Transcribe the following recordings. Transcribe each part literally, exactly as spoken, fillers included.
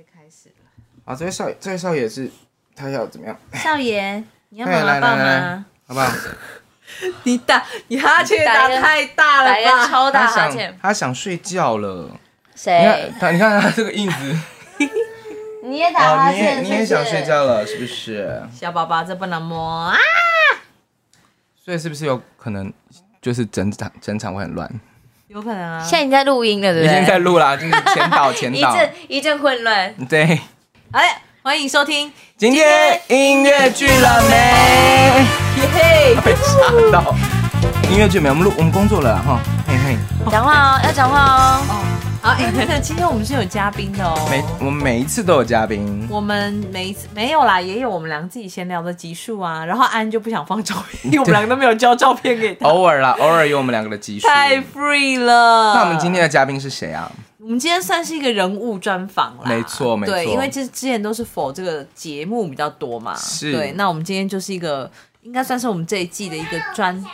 开始了。 好，这位少爷，这位少爷是他要怎么样？ 少爷，你要妈妈抱吗？ 好不好？ 你打，你哈欠打太大了吧？ 打一个超大哈欠。 他想睡觉了。 谁？ 你看他，你看他这个印子。 你也打哈欠、 哦，你也你也想睡觉了，是不是？ 小宝宝，这不能摸啊！ 所以是不是有可能就是整场整场会很乱？ 有可能啊。 现在已经在录音了，对不对？ 已经在录啦，就是前导前导。 一阵一阵混乱。 对。 哎，欢迎收听今天音乐剧了没？ 耶嘿！ 被吓到。音乐剧没，我们录我们工作了哈。嘿嘿。 讲话哦，要讲话哦。 哦。好，哎、欸，那个今天我们是有嘉宾的哦。 每我们每一次都有嘉宾。 我们每一次没有啦，也有我们两个自己闲聊的集数啊。然后安就不想放照片，因为我们两个都没有交照片给他。 偶尔啦，偶尔有我们两个的集数。 太 free 了。 那我们今天的嘉宾是谁啊？ 我们今天算是一个人物专访啦。 没错，没错。 对，因为之之前都是 for 这个节目比较多嘛。 是。 对，那我们今天就是一个，应该算是我们这一季的一个专。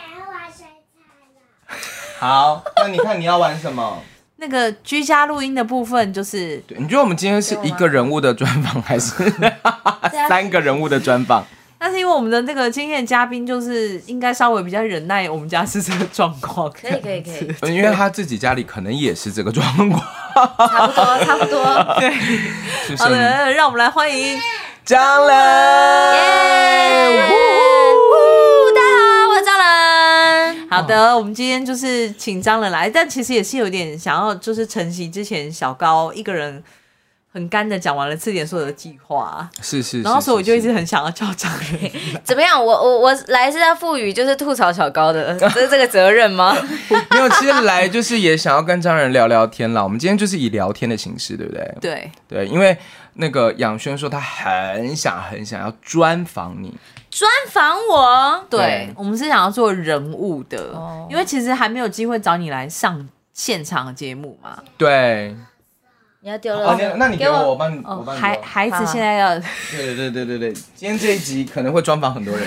好，那你看你要玩什么？ 那个居家录音的部分就是， 对，你觉得我们今天是一个人物的专访，还是三个人物的专访？ 但是因为我们的那个今天的嘉宾就是应该稍微比较忍耐，我们家是这个状况。 可以可以可以， 因为他自己家里可能也是这个状况。 差不多差不多。 对，好的，让我们来欢迎张人。 耶！大家好，我是张人。 好的，我们今天就是请张人来，但其实也是有点想要，就是承袭之前小高一个人很干的讲完了次点所有的计划， 是 是, 是， 然后所以我就一直很想要叫张人。 怎么样？我我我来是要赋予就是吐槽小高的这是这个责任吗？ 没有，其实来就是也想要跟张人聊聊天啦。我们今天就是以聊天的形式，对不对？ 对对，因为那个养轩说他很想很想要专访你。 专访我， 对, 对我们是想要做人物的、哦，因为其实还没有机会找你来上现场的节目嘛。 对， 你要丢了、 哦，那你给我，我帮你， 哦、 我帮你。 孩孩子现在要， 对对对对对，今天这一集可能会专访很多人。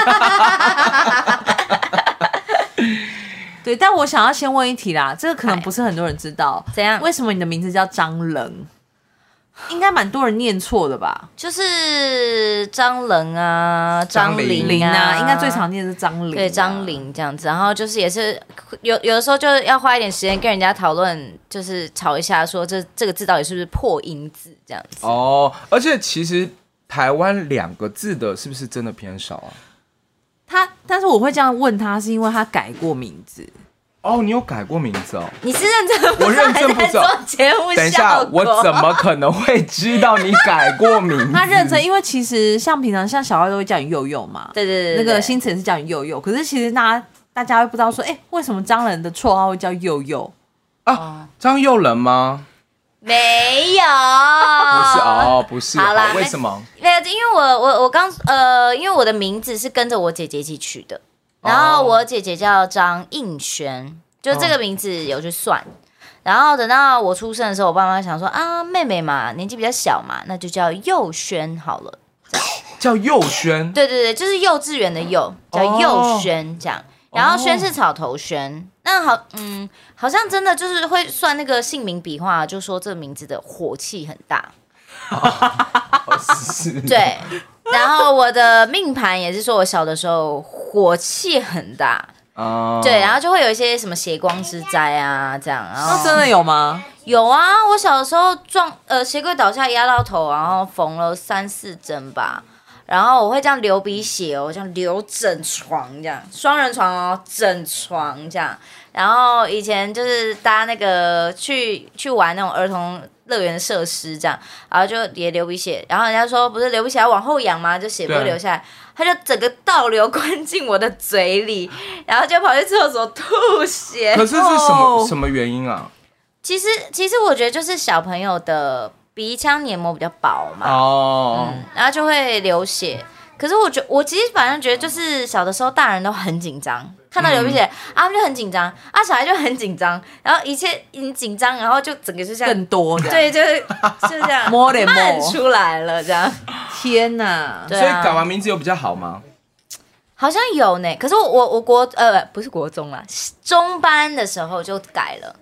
对，但我想要先问一题啦，这个可能不是很多人知道， 怎样？ 为什么你的名字叫张人？应该蛮多人念错的吧？ 就是张人啊，张玲啊，应该最常念的是张玲、啊， 对，张玲这样子。然后就是也是有有的时候就要花一点时间跟人家讨论，就是吵一下，说这这个字到底是不是破音字这样子。 哦，而且其实台湾两个字的是不是真的偏少啊？ 他，但是我会这样问他，是因为他改过名字。 哦，你有改过名字哦？ 你是认真不？ 我认真不知道。等一下，我怎么可能会知道你改过名字？ 他认真，因为其实像平常像小孩都会叫你佑佑嘛， 对对 对, 对，那个新词也是叫你佑佑。可是其实大家大家会不知道说，哎、欸，为什么张人的绰号会叫佑佑啊？张佑人吗？ 没有， 不是哦，不是。 好啦， 为什么？ 没有，因为我我我刚呃，因为我的名字是跟着我姐姐一起取的。然后我姐姐叫张映璇，就这个名字有去算。哦、然后等到我出生的时候，我爸妈想说啊，妹妹嘛，年纪比较小嘛，那就叫佑轩好了。 叫佑轩？ 对对对，就是幼稚园的幼，叫佑轩这样。哦、然后轩是草头轩，那好，嗯，好像真的就是会算那个姓名笔画，就说这个名字的火气很大。 哦、是。 对。然后我的命盘也是说我小的时候火气很大，哦、对，然后就会有一些什么血光之灾啊，这样。然后那真的有吗？ 有啊，我小的时候撞呃鞋柜倒下压到头，然后缝了三四针吧，然后我会这样流鼻血哦，这样流整床这样，双人床哦，整床这样。然后以前就是搭那个去去玩那种儿童乐园的设施这样，然后就也流鼻血，然后人家说不是流鼻血要往后仰吗？就血不会流下来，他就整个倒流灌进我的嘴里，然后就跑去厕所吐血。 可是是什么、oh. 什么原因啊？ 其实其实我觉得就是小朋友的鼻腔黏膜比较薄嘛，哦、oh. 嗯，然后就会流血。可是我觉我其实反正觉得就是小的时候大人都很紧张。看到流鼻血、嗯、啊，他们就很紧张啊，小孩就很紧张，然后一切很紧张，然后就整个就这样更多的， 对，就是就这样漫出来了，这样。 天哪！ 所以改完名字有比较好吗？ 好像有呢，可是我我我国呃不是国中啦，中班的时候就改了。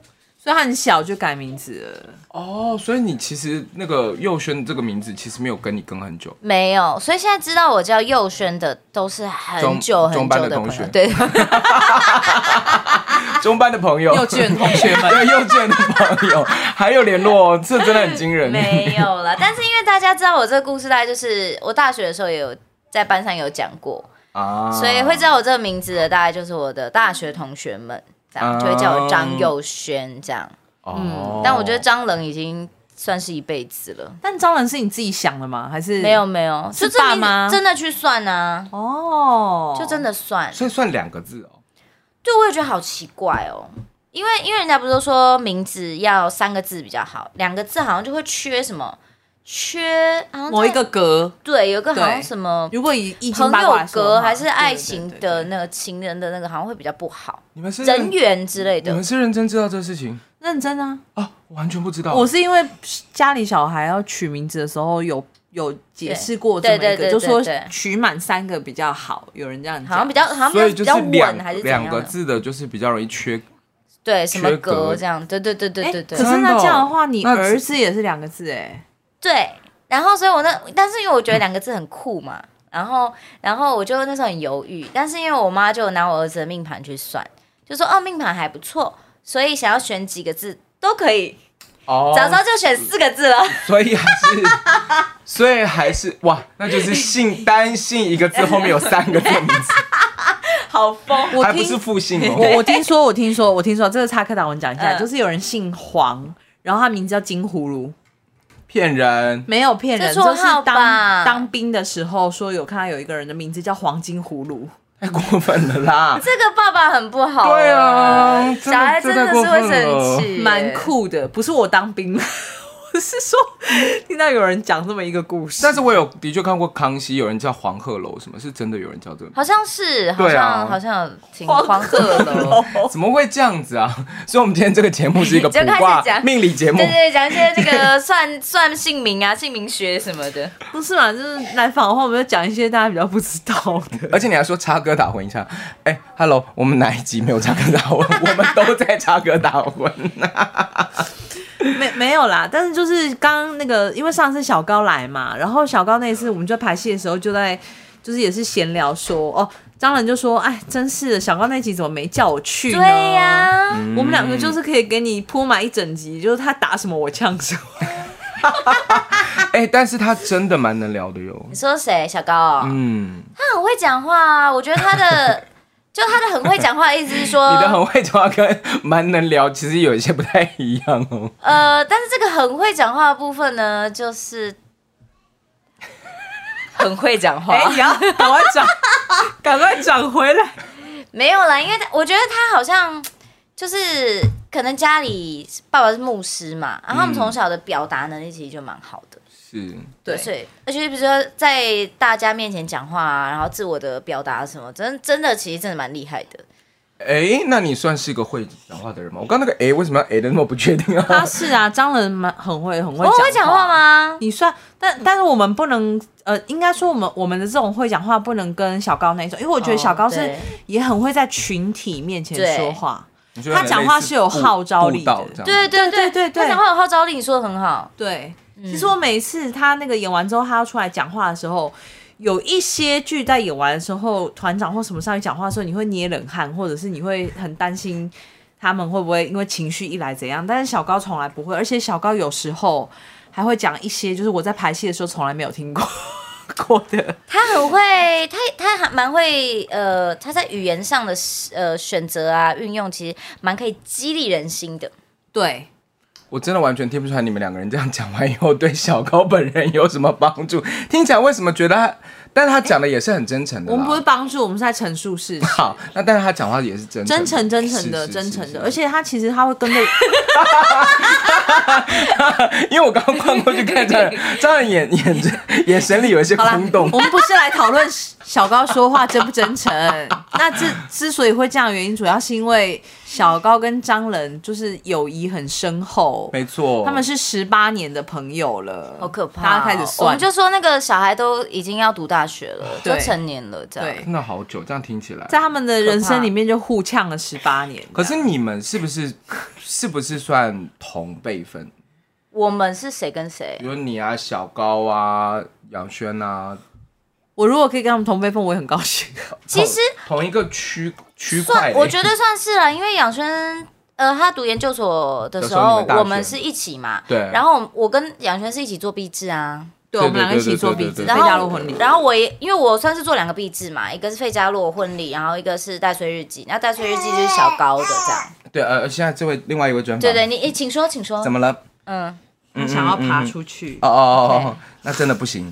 所以他很小就改名字了。 哦，所以你其实那个佑轩这个名字其实没有跟你跟很久， 没有，所以现在知道我叫佑轩的都是很久很久的朋友，对， 中班的朋友， 幼稚园同学们， 对，幼稚园的朋友还有联络，这真的很惊人。 没有啦，但是因为大家知道我这个故事，大概就是我大学的时候也有在班上有讲过啊，所以会知道我这个名字的大概就是我的大学同学们。就会叫我张佑轩这样，哦、嗯，但我觉得张冷已经算是一辈子了。 但张冷是你自己想的吗？还是没有没有， 是爸妈真的去算啊？哦，就真的算， 所以算两个字哦。 对，我也觉得好奇怪哦，因为因为人家不是说名字要三个字比较好，两个字好像就会缺什么。缺某一个格， 对，有个好像什么， 如果以易经八卦朋友格还是爱情的那个情人的那个，好像会比较不好。 你们是人缘之类的， 你们是认真知道这个事情？ 认真啊！ 啊，完全不知道。 我是因为家里小孩要取名字的时候有有解释过这么一个，就说取满三个比较好，有人这样讲， 好像比较好像比较稳还是怎样？ 两个字的就是比较容易缺。 对，什么格这样？对对对对对对。 可是那这样的话，你儿子也是两个字哎。 对，然后所以我那，但是因为我觉得两个字很酷嘛，然后然后我就那时候很犹豫，但是因为我妈就拿我儿子的命盘去算，就说哦命盘还不错，所以想要选几个字都可以。哦，早知道就选四个字了。 所以还是，所以还是哇，那就是姓单姓一个字后面有三个字的名字。 好疯， 还不是复姓哦。 我我听说，我听说，我听说，这个插科打诨讲一下，嗯、就是有人姓黄，然后他名字叫金葫芦。 骗人， 没有骗人，就是当当兵的时候说有看到有一个人的名字叫黄金葫芦， 太过分了啦！ 这个爸爸很不好， 对啊， 小孩真的是会生气， 蛮酷的。不是我当兵，我是说听到有人讲这么一个故事。 但是我有的确看过康熙，有人叫黄鹤楼，什么是真的有人叫这个？ 好像是，好像、啊、好像有听黄鹤楼， 怎么会这样子啊？所以我们今天这个节目是一个卜卦命理节目， 对对，讲一些那个算算姓名啊、姓名学什么的。 不是嘛？就是来访的话，我们就讲一些大家比较不知道的。 而且你还说插歌打混一下，哎、欸、，Hello， 我们哪一集没有插歌打混？我们都在插歌打混。 没没有啦，但是就是刚刚那个，因为上次小高来嘛，然后小高那一次我们就排戏的时候就在，就是也是闲聊说，哦，张仁就说，哎，真是的，小高那集怎么没叫我去呢？ 对呀、啊， 我们两个就是可以给你铺满一整集，就是他打什么我呛什么。 哎、欸，但是他真的蛮能聊的哟。 你说谁？小高哦， 嗯， 他很会讲话啊，我觉得他的。就他的很会讲话的意思是说， 你的很会讲话跟蛮能聊其实有一些不太一样哦。 呃，但是这个很会讲话的部分呢，就是很会讲话。 哎、欸，要赶快转，赶快转回来。 没有啦，因为我觉得他好像就是可能家里爸爸是牧师嘛，然后他们从小的表达能力其实就蛮好的。 是， 对，所以而且比如说在大家面前讲话啊，然后自我的表达什么，真真的其实真的蛮厉害的。 哎、欸，那你算是个会讲话的人吗？我刚那个哎、欸，为什么要哎、欸、的那么不确定啊？ 他是啊，张仁蛮很会很会讲话。 我会讲话吗？ 你算，但但是我们不能呃，应该说我们我们的这种会讲话不能跟小高那种，因为我觉得小高是也很会在群体面前说话。他讲话是有号召力的， 对对对对对，他讲话有号召力，你说的很好。 对，其实我每一次他那个演完之后，他要出来讲话的时候，有一些剧在演完的时候，团长或什么上去讲话的时候，你会捏冷汗，或者是你会很担心他们会不会因为情绪一来怎样。但是小高从来不会，而且小高有时候还会讲一些，就是我在排戏的时候从来没有听过。过的， 他很会，他他还蛮会，呃，他在语言上的呃选择啊运用，其实蛮可以激励人心的。 对， 我真的完全听不出来你们两个人这样讲完以后对小高本人有什么帮助。听起来为什么觉得他？但是他讲的也是很真诚的。 我们不是帮助，我们是在陈述事实。 好，那但是他讲话也是真真诚、真诚的、真诚的，而且他其实他会跟着， 因为我刚刚看过去看张仁，张仁眼眼眼神里有一些空洞。 我们不是来讨论小高说话真不真诚，那之之所以会这样的原因，主要是因为小高跟张仁就是友谊很深厚， 没错， 他们是十八年的朋友了， 好可怕、哦。 大家开始算， 我们就说那个小孩都已经要读大大学了，都成年了，这样。 真的好久，这样听起来， 在他们的人生里面就互呛了十八年。 可是你们是不是是不是算同辈分？ 我们是谁跟谁？ 比如你啊，小高啊，杨轩啊。 我如果可以跟他们同辈分，我也很高兴。 其实同一个区区块， 我觉得算是了，因为杨轩，呃，他读研究所的时候， 们我们是一起嘛， 对。 然后我跟杨轩是一起做毕制啊， 对，我们两个一起做毕制，费加洛婚礼。 然后我也因为我算是做两个毕制嘛，一个是费加洛婚礼，然后一个是戴穗日记。那戴穗日记就是小高的这样。 对，呃，现在这位另外一位专访， 对对，你请说，请说。 怎么了？ 嗯。 他想要爬出去。 哦哦哦哦，那真的不行。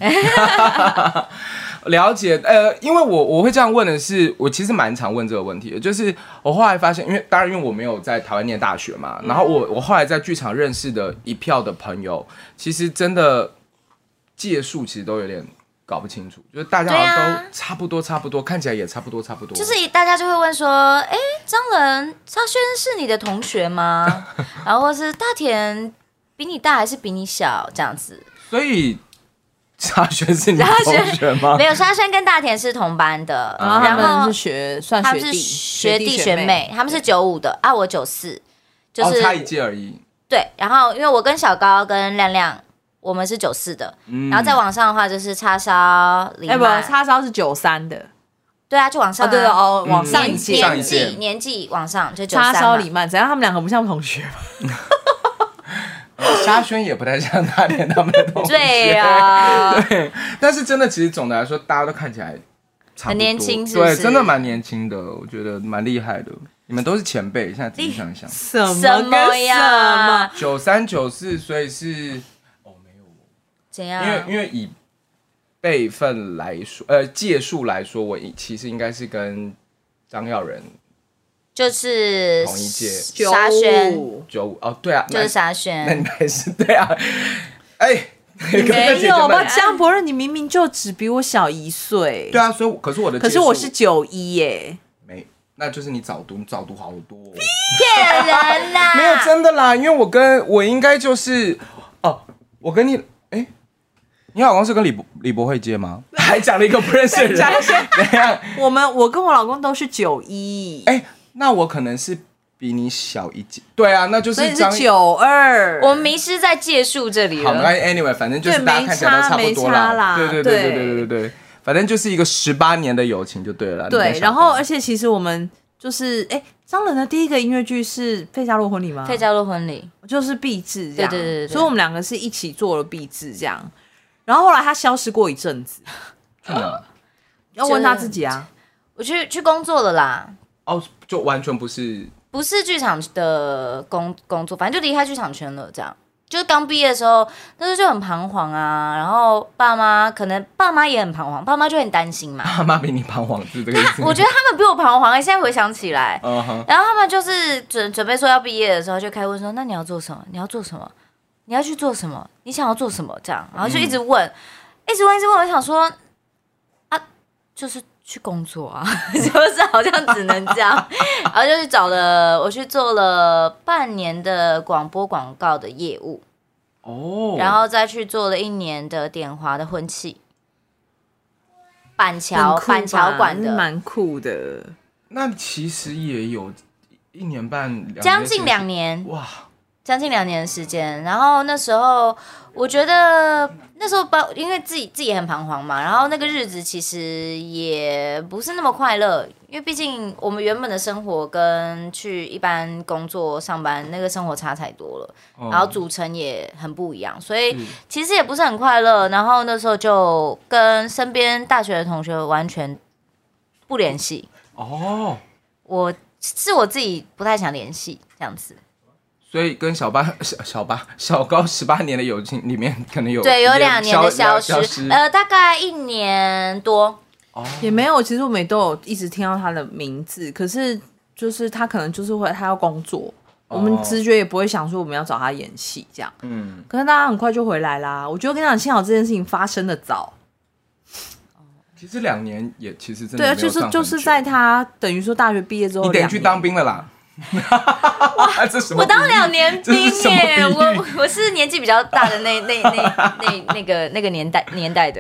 了解，呃，因为我我会这样问的是，我其实蛮常问这个问题的，就是我后来发现，因为当然因为我没有在台湾念大学嘛，然后我我后来在剧场认识的一票的朋友，其实真的届数其实都有点搞不清楚，就是大家好像都差不多差不多，看起来也差不多差不多， 就是大家就会问说，哎，张仁、沙宣是你的同学吗？然后或是大田比你大还是比你小这样子？ 所以。沙宣是你的同学吗？ 没有，沙宣跟大田是同班的， 然后他们是学算学弟， 他们是学弟学妹，他们是九五的啊，我九四，就是差一届而已。 对，然后因为我跟小高跟亮亮，我们是九四的，嗯、然后再往上的话就是叉烧、李曼， 哎不，叉烧是九三的， 对啊，就往上、啊， 哦、对哦，往上一届， 年纪年纪往上就九三嘛。 叉烧、李曼，怎样？他们两个不像同学吗？ 沙宣也不太像大田他们的同学， 对啊， 对，但是真的，其实总的来说，大家都看起来差不多很年轻是不是， 对，真的蛮年轻的，我觉得蛮厉害的。你们都是前辈，现在仔细想一想， 什么么呀？ 九三九四，所以是哦，没有怎样？ 因为因为以辈分来说，呃，届数来说，我其实应该是跟张耀仁。 就是同一届， 沙宣九五哦，对啊， 就是沙宣， 那应该是对啊。哎， 没有吧？江伯任，你明明就只比我小一岁。 对啊，所以可是我的， 可是我是九一耶。 没，那就是你早读，你早读好多。 骗人啦！ 没有真的啦，因为我跟我应该就是哦，我跟你哎，你老公是跟李博李博慧接吗？还讲了一个不认识的人。怎样？ 我们我跟我老公都是九一。 哎。那我可能是比你小一届，对啊，那就是张九二。 我们迷失在届数这里了。 好，那 anyway， 反正就是大家看起来都差不多啦。对对对对对对对，反正就是一个十八年的友情就对了。 对，然后而且其实我们就是哎，张仁的第一个音乐剧是《费加洛婚礼》吗？ 费加洛婚礼就是毕制这样， 对对对， 所以我们两个是一起做了毕制这样。然后后来他消失过一阵子，要问他自己啊。 我去去工作了啦。 哦，就完全不是不是剧场的工工作，反正就离开剧场圈了。这样，就是刚毕业的时候，那时候就很彷徨啊。然后爸妈可能爸妈也很彷徨，爸妈就很担心嘛。 爸妈比你彷徨是这个意思？ 我觉得他们比我彷徨。现在回想起来， uh-huh. 然后他们就是准准备说要毕业的时候，就开问说：“那你要做什么？你要做什么？你要去做什么？你想要做什么？”这样，然后就一直问，嗯、一直问，一直问。我想说啊，就是。去工作啊，就是好像只能这样，然后就去找了，我去做了半年的广播广告的业务， 哦， 然后再去做了一年的点华的婚庆，板桥板桥馆的， 蛮酷的。 那其实也有一年半， 将近两年， 哇， 将近两年的时间。然后那时候我觉得。那时候包，因为自己自己也很彷徨嘛，然后那个日子其实也不是那么快乐，因为毕竟我们原本的生活跟去一般工作上班那个生活差太多了，哦、然后组成也很不一样，所以其实也不是很快乐。然后那时候就跟身边大学的同学完全不联系。 哦， 我是我自己不太想联系这样子。 所以跟小八、小小八、小高十八年的友情里面，可能有对有两年的消失，消失呃，大概一年多， 哦，也没有。其实我们也都有一直听到他的名字，可是就是他可能就是会他要工作，哦、我们直觉也不会想说我们要找他演戏这样。嗯，可是大家很快就回来啦。我觉得跟你讲，幸好这件事情发生的早。 其实两年也其实真的对啊，就是就是在他等于说大学毕业之后， 你得去当兵了啦。这什么？ 我当两年兵耶！我我是年纪比较大的那那那那那个那个年代年代的。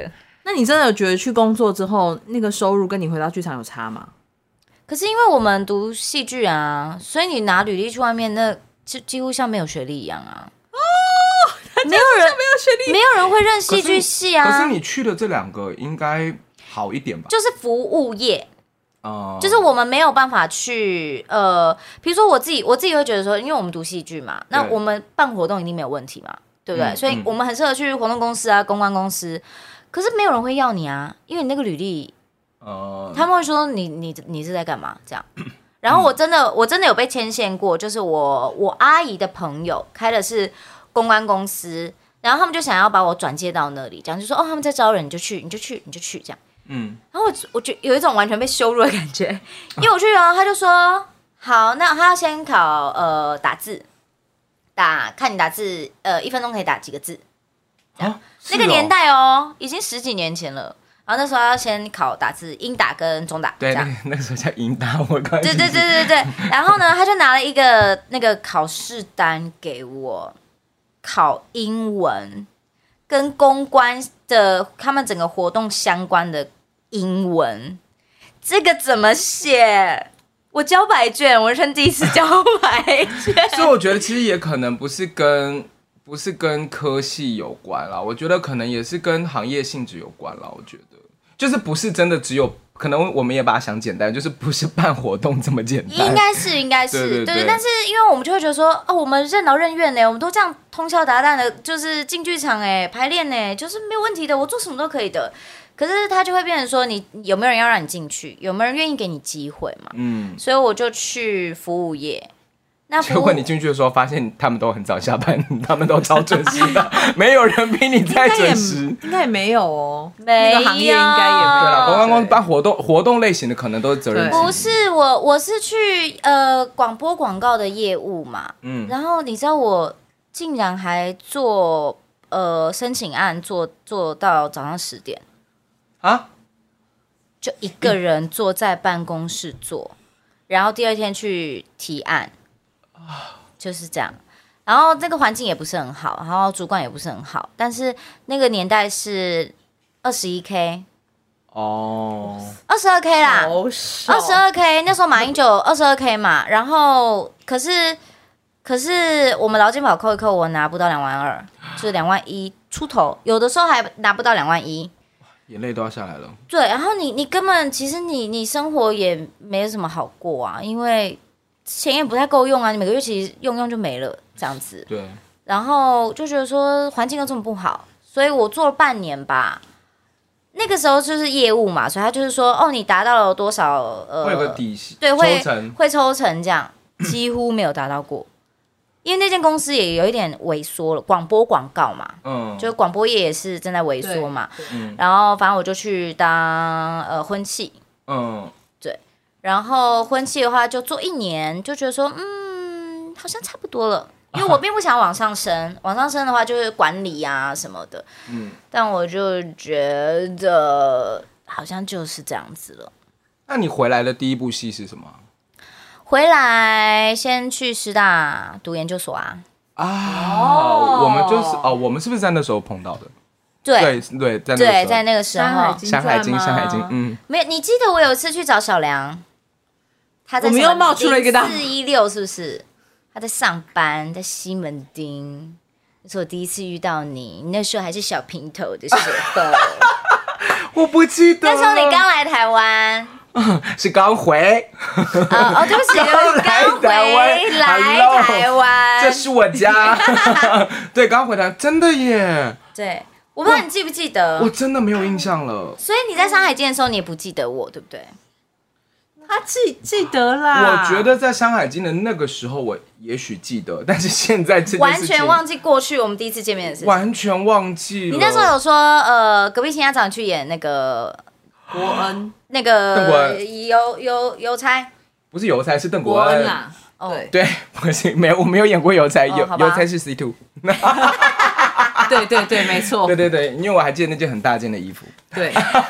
那你真的有觉得去工作之后，那个收入跟你回到剧场有差吗？ 可是因为我们读戏剧啊，所以你拿履历去外面，那就几乎像没有学历一样啊。哦，没有人没有学历， 没有人会认戏剧系啊。 可是你去的这两个应该好一点吧？ 就是服务业。 Uh, 就是我们没有办法去呃，比如说我自己，我自己会觉得说，因为我们读戏剧嘛，那我们办活动一定没有问题嘛，对不对？嗯、所以我们很适合去活动公司啊、公关公司，可是没有人会要你啊，因为你那个履历，呃、他们会说你你你是在干嘛这样。然后我真的我真的有被牵线过，就是我我阿姨的朋友开的是公关公司，然后他们就想要把我转接到那里，这样就说哦他们在招人，你就去你就去你就去这样。嗯，然后我我觉得有一种完全被羞辱的感觉，因为我去哦，他就说好，那他要先考呃打字，打看你打字呃一分钟可以打几个字，这样、哦、那个年代哦，已经十几年前了。然后那时候要先考打字，英打跟中打， 对，那那个时候叫英打，我刚对对对对对。然后呢，他就拿了一个那个考试单给我，考英文跟公关的他们整个活动相关的英文，这个怎么写？我交白卷，我人生第一次交白卷。 所以我觉得其实也可能不是跟不是跟科系有关啦，我觉得可能也是跟行业性质有关啦。我觉得就是不是真的只有，可能我们也把它想简单，就是不是办活动这么简单。 应该是，应该是，对 对, 对, 对。但是因为我们就会觉得说，哦，我们任劳任怨呢，我们都这样通宵达旦的，就是进剧场哎，排练呢，就是没有问题的，我做什么都可以的。可是他就会变成说，你有没有人要让你进去？有没有人愿意给你机会嘛？嗯。所以我就去服务业。那结果你进去的时候，发现他们都很早下班，他们都超准时的，没有人比你再准时。 应该也没有哦， 没有， 那个行业应该也没有。 对了，公关公司办活动，活动类型的可能都是责任制。 不是我，我是去呃广播广告的业务嘛。嗯。然后你知道我竟然还做呃申请案，做做到早上十点啊，就一个人坐在办公室做，然后第二天去提案。就是这样，然后那个环境也不是很好，然后主管也不是很好，但是那个年代是二十一 K 哦，二十二 K 啦，二十二 K 那时候马英九二十二 K 嘛，然后可是可是我们劳健保扣一扣，我拿不到两万二，就是两万一出头，有的时候还拿不到两万一， 眼泪都要下来了。 对，然后你你根本其实你你生活也没有什么好过啊，因为钱也不太够用啊，你每个月其实用用就没了这样子。 对。 然后就觉得说环境又这么不好，所以我做了半年吧。那个时候就是业务嘛，所以他就是说，哦，你达到了多少？呃， 会有个底薪， 对，会抽成会抽成这样，几乎没有达到过。因为那间公司也有一点萎缩了，广播广告嘛，嗯，就广播业也是正在萎缩嘛。嗯。然后反正我就去当呃婚庆，嗯。然后婚期的话就做一年，就觉得说，嗯，好像差不多了，因为我并不想往上升，往上升的话就是管理啊什么的，嗯，但我就觉得好像就是这样子了。 那你回来的第一部戏是什么？ 回来先去师大读研究所啊。 啊，哦、我们就是哦，我们是不是在那时候碰到的？对对，在那个对，在那个时候，《 山海经》《山海经》嗯， 没有，你记得我有一次去找小梁。他在我们又冒出了一个大四一六，是不是？他在上班，在西门町。那是我第一次遇到你，你那时候还是小平头的时候。 我不记得。 那时候你刚来台湾， 是刚回。 哦哦，对不起，刚回来台湾。 这是我家。对，刚回来，真的耶。 对，我不知道你记不记得。 我真的没有印象了。 所以你在《山海经》的时候，你也不记得我，对不对？ 他记记得啦， 我觉得在《山海经》的那个时候，我也许记得，但是现在这件事情完全忘记过去我们第一次见面的事情， 完全忘记了。 你那时候有说，呃，隔壁新家长去演那个国恩， 那个邮邮邮差， 不是邮差，是邓国恩啦。哦， 对，不是，没有，我没有演过邮差，邮邮差是 C two。 对对对，没错。 对对对，因为我还记得那件很大件的衣服。 对。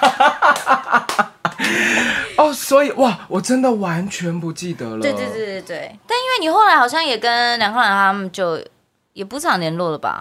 哦，所以哇，我真的完全不记得了。 对对对对对，但因为你后来好像也跟梁康然他们就也不常联络了吧？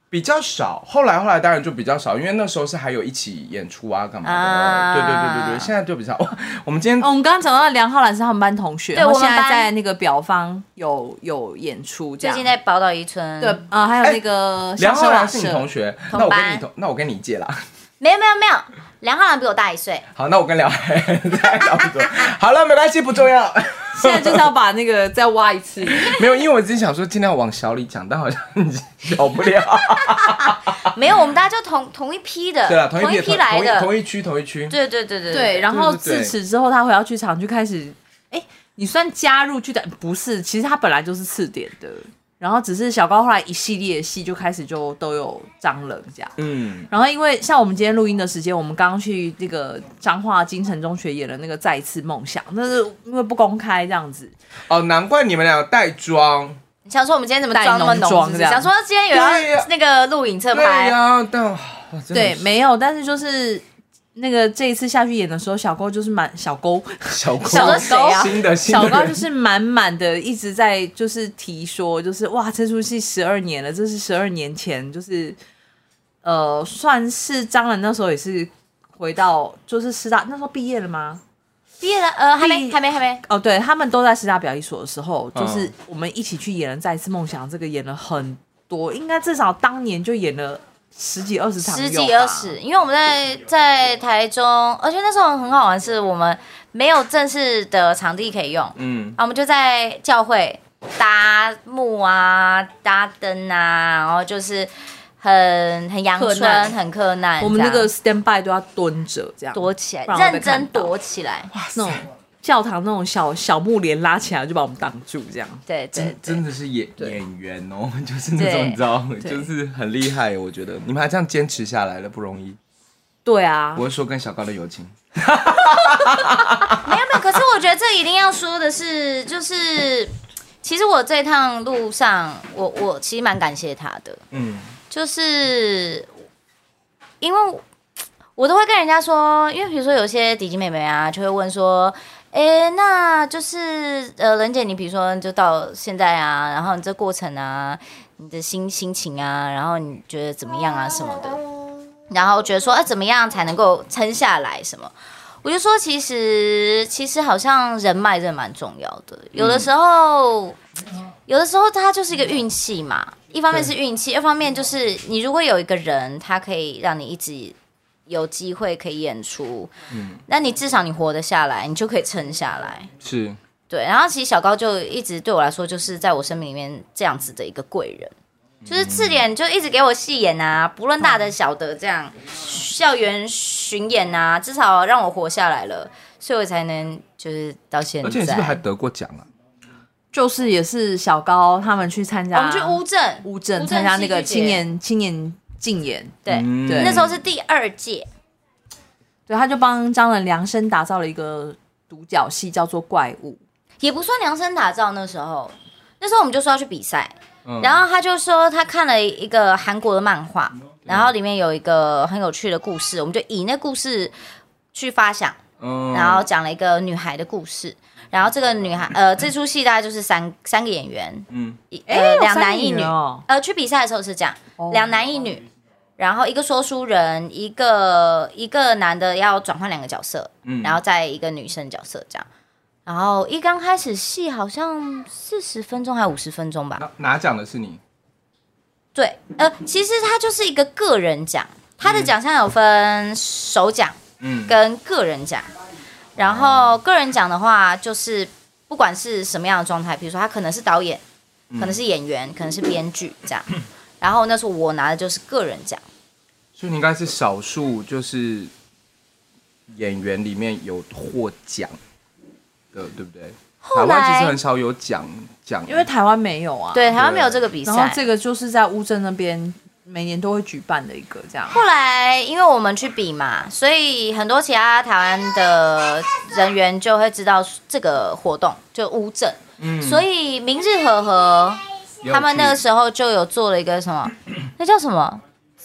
比较少，后来后来当然就比较少，因为那时候是还有一起演出啊，干嘛的？ 啊对对对对对，现在就比较。哦、我们今天、 哦、我们刚刚讲到梁浩然是他们班同学， 对， 然后现我们班在在那个表方有有演出，这样。 最近在宝岛渔村。 对，呃，还有那个梁浩然社是你同学， 同那我跟班你同，那我跟你借啦。 没有没有没有，梁浩然比我大一岁。 好，那我跟梁海再聊不多。好了，没关系，不重要。 现在就是要把那个再挖一次。 没有，因为我只是想说尽量往小里讲，但好像小不了。 没有，我们大家就同同一批的， 对了，同一批一批来的， 同一区，同一区。 对对对对对，然后对对对自此之后，他回到剧场就开始，哎，你算加入剧团不是？其实他本来就是次点的，然后只是小高后来一系列的戏就开始就都有张了这样。 嗯， 然后因为像我们今天录音的时间，我们刚刚去那个彰化金城中学演了那个《再一次梦想》，但是因为不公开这样子。 哦，难怪你们俩带妆。 想说我们今天怎么妆那么浓，是不是带浓妆这样想说今天有要那个录影侧对拍， 呀，但哇真的对， 是没有，但是就是那个这一次下去演的时候，小勾就是满小勾。 小狗小狗谁啊新的新的人小高就是满满的一直在就是提说，就是哇，这出戏十二年了，这是十二年前，就是呃，算是张兰那时候也是回到就是师大那时候毕业了吗？ 毕业了，呃，还没毕还没还没， 哦，对他们都在师大表演所的时候， 嗯就是我们一起去演了《再一次梦想》，这个演了很多，应该至少当年就演了十几二十场有吧， 十几二十，因为我们在在台中，而且那时候很好玩，是我们没有正式的场地可以用， 嗯， 啊，我们就在教会搭幕啊、搭灯啊，然后就是很很阳春、 克难很克难， 我们那个这样 stand by 都要蹲着这样躲起来， 不然会被认真看到躲起来， 那种教堂那种小小幕帘拉起来就把我们挡住这样。 对对真真的是演对演员哦，就是那对种你知道， 对就是很厉害，我觉得你们还这样坚持下来了，不容易。 对啊我，会说跟小高的友情， 没有没有，可是我觉得这一定要说的是，就是其实我这趟路上，我我其实蛮感谢他的， 嗯， 就是因为我都会跟人家说，因为比如说有些弟弟妹妹啊，就会问说，哎，那就是呃，任姐，你比如说就到现在啊，然后你这过程啊，你的心心情啊，然后你觉得怎么样啊什么的，然后觉得说，哎，怎么样才能够撑下来什么？我就说，其实其实好像人脉真的蛮重要的，有的时候，有的时候它就是一个运气嘛。一方面是运气，二方面就是你如果有一个人，他可以让你一直有机会可以演出，嗯，那你至少你活得下来，你就可以撑下来。 是对，然后其实小高就一直对我来说，就是在我生命里面这样子的一个贵人。就是次点就一直给我戏演啊，不论大的小的，这样校园巡演啊，至少让我活下来了，所以我才能就是到现在。 而且你是不是还得过奖啊？ 就是也是小高他们去参加， 我们去乌镇， 乌镇参加那个青年青年竞演， 对， 嗯对那时候是第二届， 对，他就帮张仁量身打造了一个独角戏，叫做《怪物》。 也不算量身打造。那时候，那时候我们就说要去比赛， 嗯然后他就说他看了一个韩国的漫画，然后里面有一个很有趣的故事，我们就以那故事去发想， 嗯然后讲了一个女孩的故事。然后这个女孩，呃，这出戏大概就是三三个演员， 嗯一哎呃， 有两三个演男一女。 员哦呃，去比赛的时候是这样， 哦两男一女，然后一个说书人，一个一个男的要转换两个角色， 嗯然后再一个女生角色这样。然后一刚开始戏好像四十分钟还五十分钟吧， 拿拿奖的是你， 对，呃，其实它就是一个个人奖，它的奖项有分首奖嗯， 跟个人奖。然后个人奖的话，就是不管是什么样的状态，比如说他可能是导演，可能是演员，可能是编剧这样。然后那时候我拿的就是个人奖， 所以你应该是少数就是演员里面有获奖的，对不对？台后湾其实来很少有奖奖， 因为台湾没有啊， 对，台湾没有这个比然后赛。 这个就是在乌镇那边每年都会举办的一个这样。 后来因为我们去比嘛，所以很多其他台湾的人员就会知道这个活动，就乌镇。 嗯所以明日和和也有他们那个去时候就有做了一个什么，那叫什么？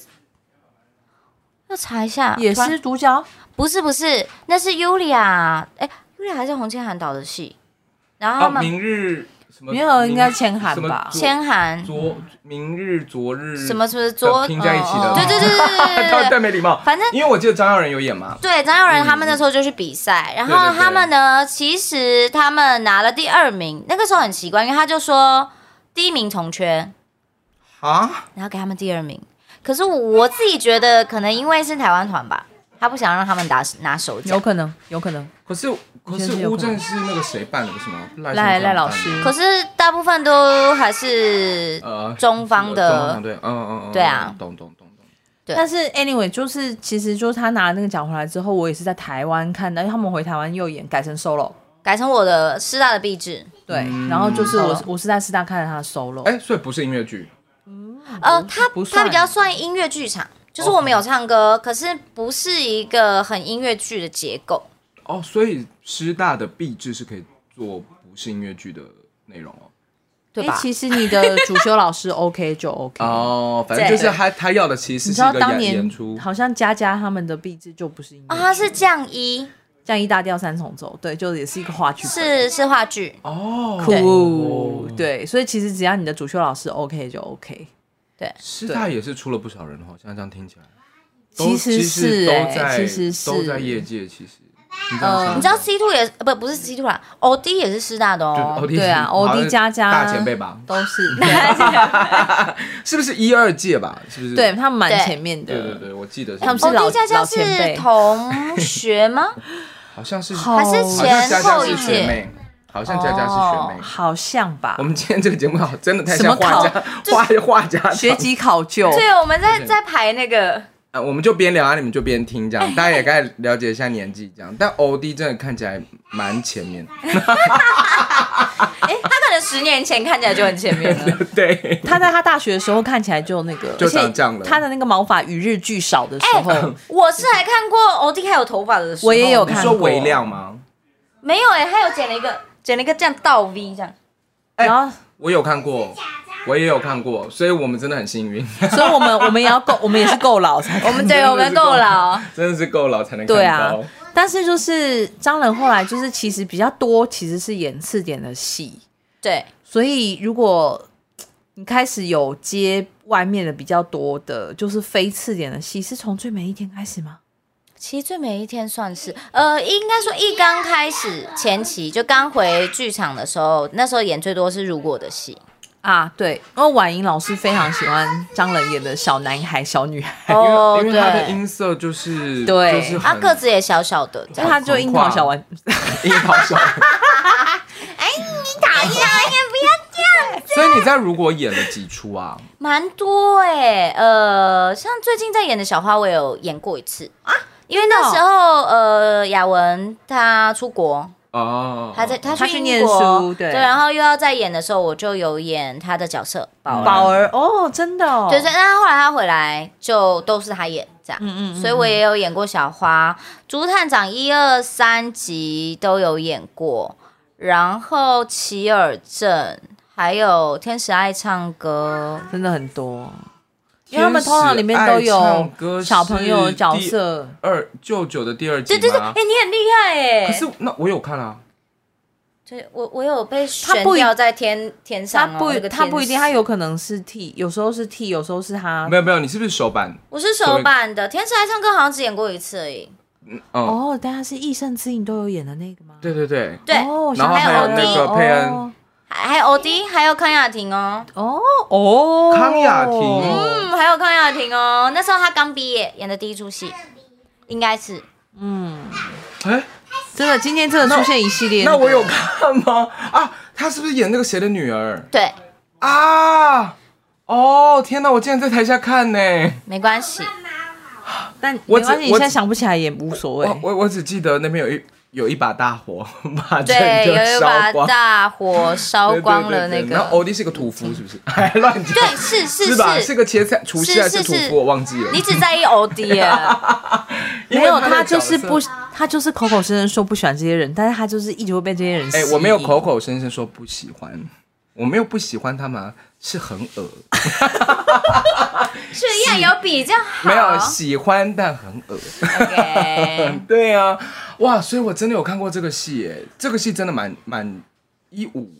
要查一下， 也突然是独角， 不是不是，那是 Yulia， 哎，Yulia 还是洪千涵导的戏，然后他哦， 们、 明日什么没有，应该千寒吧？ 千寒， 昨明日昨日什么什么昨拼在一起的， 对对对对对对太没礼貌。 反正因为我记得张耀仁有演嘛， 对，张耀仁他们那时候就去比赛，然后他们呢，其实他们拿了第二名，那个时候很奇怪，因为他就说第一名从缺啊， 然后给他们第二名。可是我自己觉得，可能因为是台湾团吧，他不想让他们拿拿首奖， 有可能，有可能。 可是可是乌镇是那个谁办的，不是吗？ 赖赖老师。 可是大部分都还是呃中方的， 中方对，嗯嗯嗯， 对啊， 懂懂懂懂。 对。 但是 anyway， 就是其实就是他拿那个奖回来之后，我也是在台湾看的，因为他们回台湾又演改成 solo， 改成我的师大的壁纸。 对， 嗯、 然后就是我我是在师大看了他的 solo， 哎，所以不是音乐剧。 呃，他他比较算音乐剧场，就是我们有唱歌， okay. 可是不是一个很音乐剧的结构。 哦，所以师大的毕制是可以做不是音乐剧的内容哦， 对吧？ 其实你的主修老师 OK 就 OK 哦，反正就是他他要的其实是一个演演出， 好像佳佳他们的毕制就不是音乐剧， 哦，他是降一。 降一大调三重奏，对，就也是一个话剧， 是是话剧哦， 酷，对，所以其实只要你的主修老师 OK 就 OK， 对， 师大也是出了不少人哈，现在这样听起来， 其实是哎，其实是都在业界，其实， 呃，你知道 C 二 也不不是 C 二 啦 ，O D 也是师大的哦， 对啊 ，O D 佳佳大前辈吧， 都是， 是不是一二届吧？是不是？ 对他们蛮前面的， 对对对，我记得他们是老 O D 佳佳是同学吗？ 好像是， 还是前后一届， 好像佳佳是学妹， 好像吧。 我们今天这个节目好，真的太像画家，画画家学籍考究。 对，我们在在排那个， 呃，我们就边聊啊，你们就边听，这样大家也该了解一下年纪，这样。但 O D 真的看起来蛮前面。 哎，他可能十年前看起来就很前面了。 对， 他在他大学的时候看起来就那个， 就长这样了。 他的那个毛发与日俱少的时候， 我是还看过 O D 还有头发的时候， 我也有看过。 你说微亮吗？ 没有哎，他有剪了一个剪了一个这样倒 V 这样。 然后我有看过。我也有看过，所以我们真的很幸运。 所以我们我们也要够，我们也是够老才。 我们对，我们够老， 真的是够老才能看到。 对啊，但是就是张仁后来就是其实比较多，其实是演次点的戏。 对， 所以如果你开始有接外面的比较多的，就是非次点的戏，是从最美一天开始吗？ 其实最美一天算是，呃，应该说一刚开始前期就刚回剧场的时候，那时候演最多是如果的戏。 啊，对，因为婉莹老师非常喜欢张仁演的小男孩、小女孩， 哦， 因为他的音色就是对， 就是他个子也小小的， 所以他就樱桃小丸， 樱桃小丸。 哎，你讨厌，也不要这样。 所以你在如果演了几出啊？ 蛮多哎、欸，呃，像最近在演的小花，我有演过一次啊，因为那时候呃，雅文她出国。 哦， 他在他去念书， 对， 对，然后又要再演的时候，我就有演他的角色宝儿， 宝儿哦，真的哦， 对对，那后来他回来就都是他演这样，嗯嗯，所以我也有演过小花，朱探长一二三集都有演过，然后齐尔镇，还有天使爱唱歌， 真的很多。因为他们通常里面都有小朋友的角色， 二舅舅的第二集吗？ 对对对，哎、欸，你很厉害哎！ 可是那我有看啊， 对我我有被悬吊在天天上、哦， 他不、 那个他不一定，他有可能是 T， 有时候是 T， 有时候是他。 没有没有，你是不是手版？ 我是手版的，《天使爱唱歌》好像只演过一次而已。 嗯、 哦，哦，但他是《异圣之影》都有演的那个吗？ 对对对对， 哦、 然后还有那个佩恩。哦还有欧弟，还有康雅婷哦， 哦哦， 康雅婷， 嗯，还有康雅婷哦，那时候她刚毕业演的第一出戏，应该是， 嗯， 哎、欸， 真的，今天真的出现一系列、 那個，那我有看吗？啊，她是不是演那个谁的女儿？ 对， 啊，哦，天哪，我竟然在台下看呢， 没关系， 但没关系，你现在想不起来也无所谓， 我我我只记得那边有一。有一把大火把对，有一把大火烧光了那个。 然后欧弟是个屠夫，是不是？还乱讲。 对，是是是吧？是个切菜厨师还是屠夫？我忘记了。 你只在意欧弟啊？ 没有，他就是不，他就是口口声声说不喜欢这些人，但是他就是一直会被这些人吸引。 哎，我没有口口声声说不喜欢，我没有不喜欢他们，是很恶。 这样有比较好。 没有喜欢，但很恶。 OK 对啊，哇！所以我真的有看过这个戏，哎，这个戏真的蛮蛮一五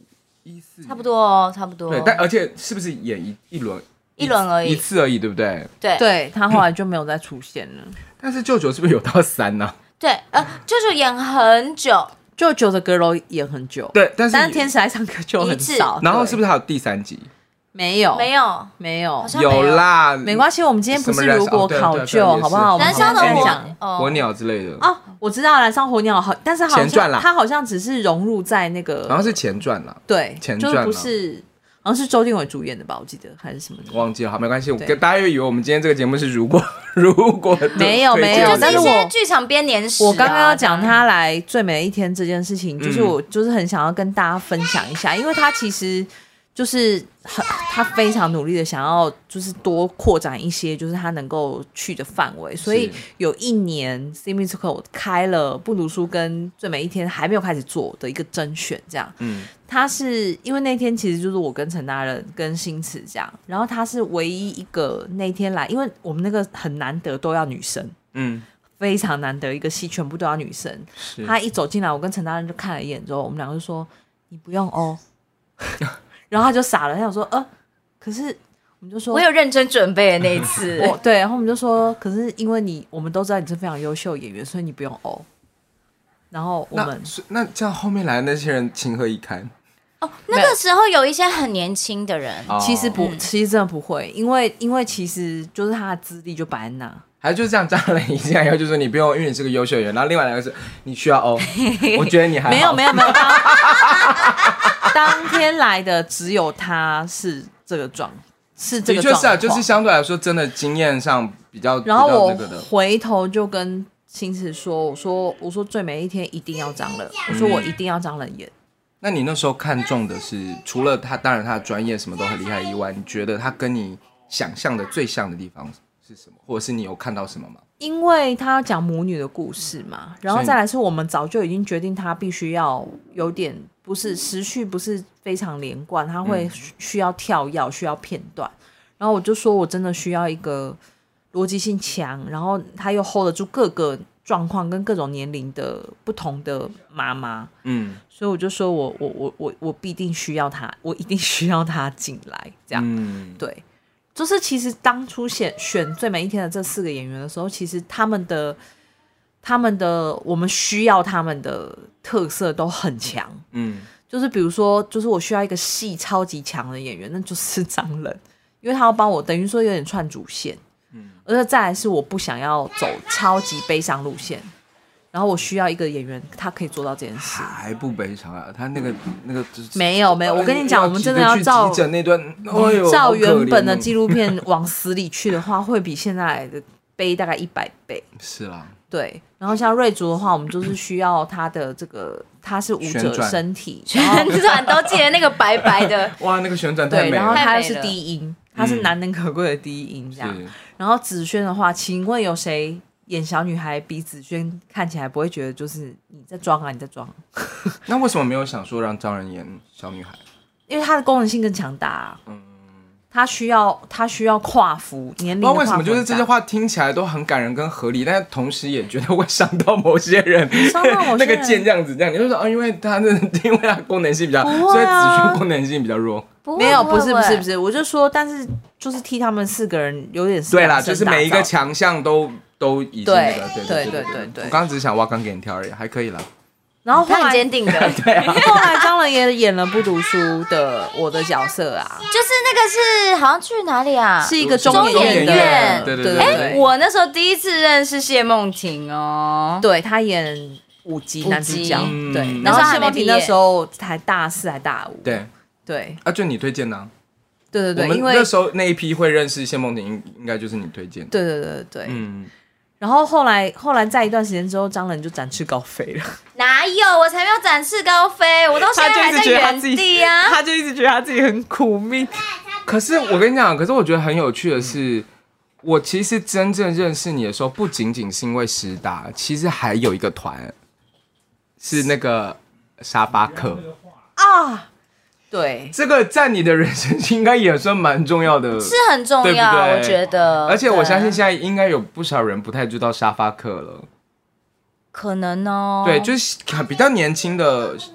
一四差不多哦，差不多。 对，但而且是不是演一一轮一轮而已， 一次而已，对不对？ 对对他后来就没有再出现了。 但是舅舅是不是有到三呢、啊？ 对，呃，舅舅演很久， 舅舅的阁楼演很久， 对，但是但是天使爱上歌就很少。 然后是不是是还有第三集？ 没有？ 没有， 没有好，像没有有啦， 没关系。我们今天不是如果考究，好不好？我们燃烧的火先讲火鸟之类的哦，我知道燃烧火鸟好，但是好前传啦像它好像只是融入在那个， 好像是前传啦， 对， 前传啦就是不是，好像是周定伟主演的吧？我记得还是什么的， 忘记了，好，没关系。我对跟大家以为我们今天这个节目是如果如果的没有推荐没有就是一但是我些剧场编年史啊。 我刚刚要讲他来最美的一天这件事情，就是嗯我就是很想要跟大家分享一下，因为他其实就是很他非常努力的想要就是多扩展一些就是他能够去的范围，所以有一年 C Musical 开了不读书跟最美一天还没有开始做的一个甄选，这样， 嗯， 他是因为那天其实就是我跟陈大人跟新慈这样，然后他是唯一一个那天来，因为我们那个很难得都要女生。 嗯， 非常难得一个戏，全部都要女生。 是他一走进来，我跟陈大人就看了一眼之后，我们两个就说：“你不用哦。”然后他就傻了，他想说：“呃，可是我们就说我有认真准备的那一次， 我对，然后我们就说，可是因为你我们都知道你是非常优秀的演员，所以你不用哦。”然后我们那那这样后面来的那些人情何以堪？ 哦，那个时候有一些很年轻的人， 哦其实不， 嗯其实真的不会，因为因为其实就是他的资历就摆在那。 还是就是这样，张磊一进来以后就说你不用，因为你是个优秀演员。然后另外两个是你需要哦，我觉得你还好没有没有没有，当当天来的只有他是这个状，是这个状况。 的确是啊，就是相对来说真的经验上比较。 然后我比较那个的回头就跟新慈说，我说我说最美一天一定要张冷，我说我一定要张冷演。 那你那时候看中的是，除了他，当然他的专业什么都很厉害以外，你觉得他跟你想象的最像的地方是什么？或者是你有看到什么吗？ 因为他要讲母女的故事嘛，然后再来是我们早就已经决定他必须要有点不是时序不是非常连贯，他会需要跳跃，需要片段。然后我就说我真的需要一个逻辑性强，然后他又 hold 得住各个状况跟各种年龄的不同的妈妈。 嗯， 所以我就说我我我我我必定需要他，我一定需要他进来，这样、 嗯， 对。就是其实当初选选最美一天的这四个演员的时候，其实他们的他们的我们需要他们的特色都很强。 嗯， 就是比如说，就是我需要一个戏超级强的演员，那就是张冷，因为他要帮我，等于说有点串主线。嗯，而且再来是我不想要走超级悲伤路线。然后我需要一个演员，他可以做到这件事。 还不悲伤啊？他那个那个没有没有，我跟你讲，我们真的要照急诊那段，哎呦照原本的好可怜哦纪录片往死里去的话，会比现在的悲大概一百倍。 是啦， 对，然后像瑞竹的话，我们就是需要他的这个，他是舞者旋转身体， 全转都记得那个白白的， 哇，那个旋转太对， 美了。 然后他又是太美了低音，他是难能可贵的低音这样。 是然后子轩的话，请问有谁演小女孩比子轩看起来不会觉得就是你在装啊，你在装？ 那为什么没有想说让张仁演小女孩？ 因为她的功能性更强大、啊，嗯，她需要她需要跨服年龄的跨服很大， 不知道为什么，就是这些话听起来都很感人跟合理，但同时也觉得会伤到某些人， 伤到某些人那个剑这样子，这样你就说啊，因为它的因为它功能性比较， 不会啊所以子轩功能性比较弱。 不会没有， 不会不是不是不是， 是，我就说，但是就是替他们四个人有点对啦， 量身就是每一个打造强项都都已经那个，对对对对对对我刚刚只是想挖坑给你跳而已，还可以啦。 然后后他很来坚定的， 对啊， 后来张仁也演了不读书的我的角色啊， 就是那个是好像去哪里啊？ 是一个中中演中演院对对对对对我那时候第一次认识谢梦婷哦， 对他演五级男主角五级， 对， 嗯然后那时候还谢梦婷没毕业那时候才大四还大五， 对对啊，就你推荐的啊。 对对对， 我们因为那时候那一批会认识谢梦婷，应应该就是你推荐的。 对对对对， 嗯， 然后后来后来在一段时间之后，张仁就展翅高飞了， 哪有？我才没有展翅高飞，我到现在还在原地啊。 他就一直觉得他自己很苦命， 可是我跟你讲，可是我觉得很有趣的是，我其实真正认识你的时候，不仅仅是因为师大，其实还有一个团是那个沙发客啊。对， 这个在你的人生应该也算蛮重要的， 是很重要， 对不对我觉得。 而且我相信对现在应该有不少人不太知道沙发客了。 可能哦。 对，就是比较年轻的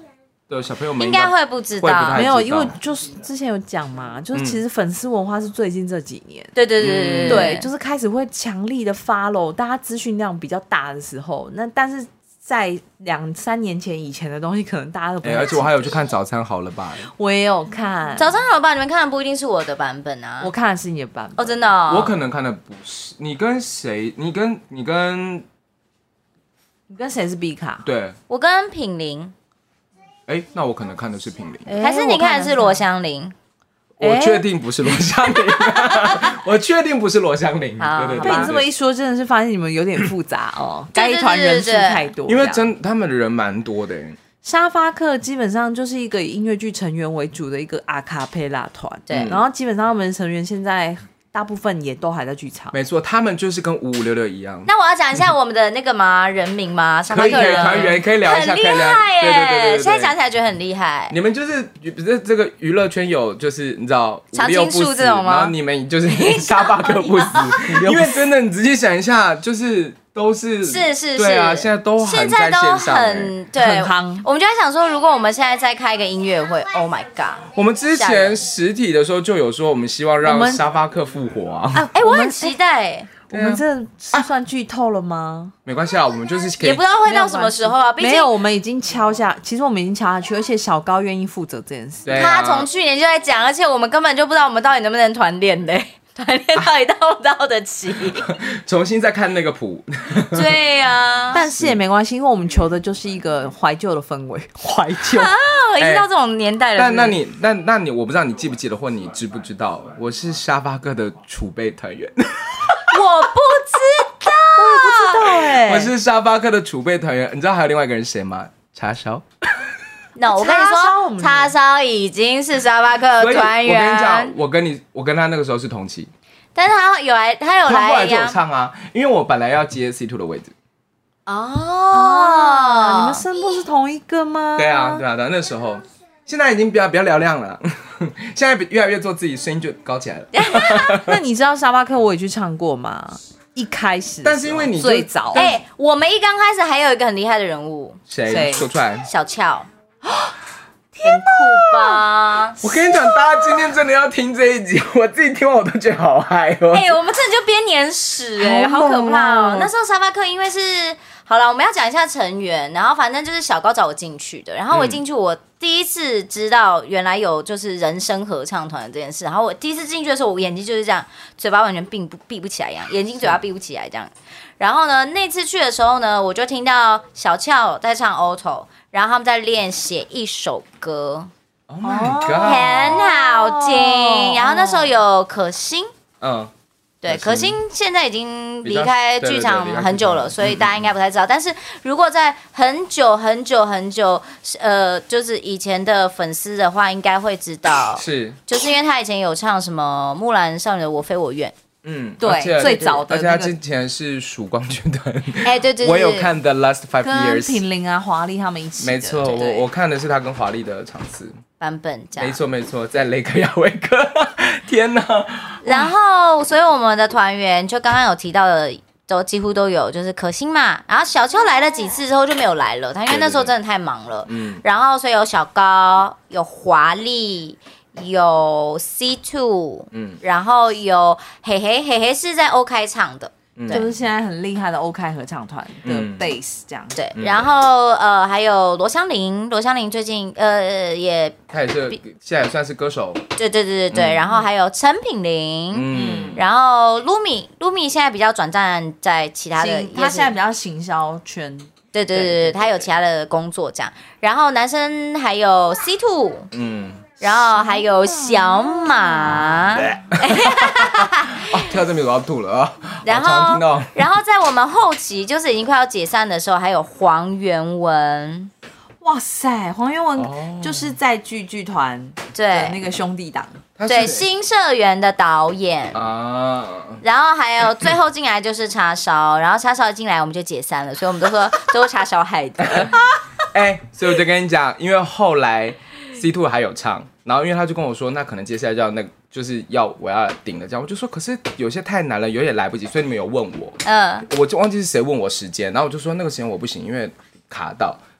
的小朋友们应该会不知道， 没有，因为就是之前有讲嘛，就是其实粉丝文化是最近这几年， 对对对对对，就是开始会强力的 follow， 大家资讯量比较大的时候，那但是在两三年前以前的东西，可能大家都不会、欸。 而且我还有去看《早餐好了吧》， 我也有看《 早餐好了吧》，你们看的不一定是我的版本啊， 我看的是你的版本哦，真的、哦， 我可能看的不是你跟谁，你跟你跟你跟谁是 B 卡？ 对， 我跟品玲。 哎、欸，那我可能看的是品玲， 欸、 还是你看的是罗香玲？ 我确定不是罗香玲，我确定不是罗香玲。对对对， 被你这么一说，真的是发现你们有点复杂哦，该一团人数太多。 因为真他们的人蛮多的。 沙发客基本上就是一个以音乐剧成员为主的一个阿卡贝拉团， 对， 然后基本上他们的成员现在大部分也都还在剧场。 没错，他们就是跟五五六六一样。 那我要讲一下我们的那个吗？人名吗？沙发客人团员可以聊一下， 很厉害耶！ 对对对对对， 现在想起来觉得很厉害。 你们就是不是这个娱乐圈有就是你知道常青树这种吗？ 然后你们就是沙发客不死，因为真的你仔细想一下，就是都是是是是， 对啊，现在都很在线上， 很对， 很夯。 我们就在想说，如果我们现在再开一个音乐会 ，Oh my god！ 我们之前实体的时候就有说，我们希望让沙发客复活啊。 哎、欸，我很期待。 我们这是算剧透了吗？ 没关系啊，我们就是可以也不知道会到什么时候啊。 没有，我们已经敲下，其实我们已经敲下去，而且小高愿意负责这件事。 啊、 他从去年就在讲，而且我们根本就不知道我们到底能不能团练嘞。团练到底到不到得起？ 重新再看那个谱。 对呀、啊， 但是也没关系，因为我们求的就是一个怀旧的氛围，怀旧啊，已经到这种年代了。 但那你那那你我不知道你记不记得，或你知不知道，我是沙发客的储备团员。 我不知道， 我也不知道哎、 欸，我是沙发客的储备团员。你知道还有另外一个人谁吗？叉烧。 那、no, 我跟你说，叉烧已经是沙发客团员。 我跟你讲，我跟你，我跟他那个时候是同期， 但是他有来，他有来， 他后来就有唱啊，因为我本来要接 C 二 的位置。 哦， 你们声部是同一个吗？ 对啊，对啊，对啊，那时候，现在已经比较比较嘹亮了，现在越来越做自己，声音就高起来了。 那你知道沙发客我也去唱过吗？一开始， 但是因为你最早， 哎、欸，我们一刚开始还有一个很厉害的人物， 谁说出来？ 小俏。很酷吧！ 我跟你讲，大家今天真的要听这一集，我自己听完我都觉得好嗨哦。 哎、欸，我们真的就编年史哎、欸，好可怕哦！那时候沙发客因为是好了，我们要讲一下成员，然后反正就是小高找我进去的，然后我一进去，我第一次知道原来有就是人声合唱团这件事，然后我第一次进去的时候，我眼睛就是这样，嘴巴完全闭不闭不起来一样，眼睛嘴巴闭不起来这样。然后呢，那次去的时候呢，我就听到小俏在唱 Auto。然后他们在练写一首歌 ，Oh my god， 很好听。然后那时候有可心， 嗯， 对，可心现在已经离开剧场很久了，所以大家应该不太知道。但是如果在很久很久很久，呃，就是以前的粉丝的话，应该会知道， 是， 就是因为他以前有唱什么木兰少女的我非我愿。 嗯， 对，最早的、 那個，而且他之前是曙光剧团， 哎，对对对， 我有看 The Last Five Years， 跟品玲啊、华丽他们一起， 没错，我我看的是他跟华丽的场次版本，这样， 没错没错，在雷克雅未克，天哪！ 然后，所以我们的团员就刚刚有提到的，都几乎都有，就是可心嘛，然后小秋来了几次之后就没有来了，他因为那时候真的太忙了，嗯，然后所以有小高，有华丽。有 C 二， 嗯，然后有嘿嘿嘿嘿是在欧开唱的， 嗯，就是现在很厉害的欧开合唱团的 bass 这样， 对，嗯、然后呃还有罗香玲，罗香玲最近呃也， 她也是现在也算是歌手， 对对对对对，嗯、然后还有陈品玲，嗯，然后 Lumi，Lumi 现在比较转战在其他的， 他现在比较行销圈。 对对对对，他有其他的工作这样，然后男生还有 C 二， 嗯。然后还有小马， 哦，跳这边我要吐了啊！ 然后，然后在我们后期就是已经快要解散的时候，还有黄元文。 哇塞，黄元文就是在剧剧团的那个兄弟档， 对新社员的导演啊。然后还有最后进来就是叉烧，然后叉烧进来我们就解散了，所以我们都说都是叉烧害的。 哎，所以我就跟你讲，因为后来 C 二 还有唱。然后因为他就跟我说，那可能接下来就要那就是要我要顶的这样，我就说可是有些太难了，有点来不及，所以你们有问我，嗯，我就忘记是谁问我时间，然后我就说那个时间我不行，因为卡到，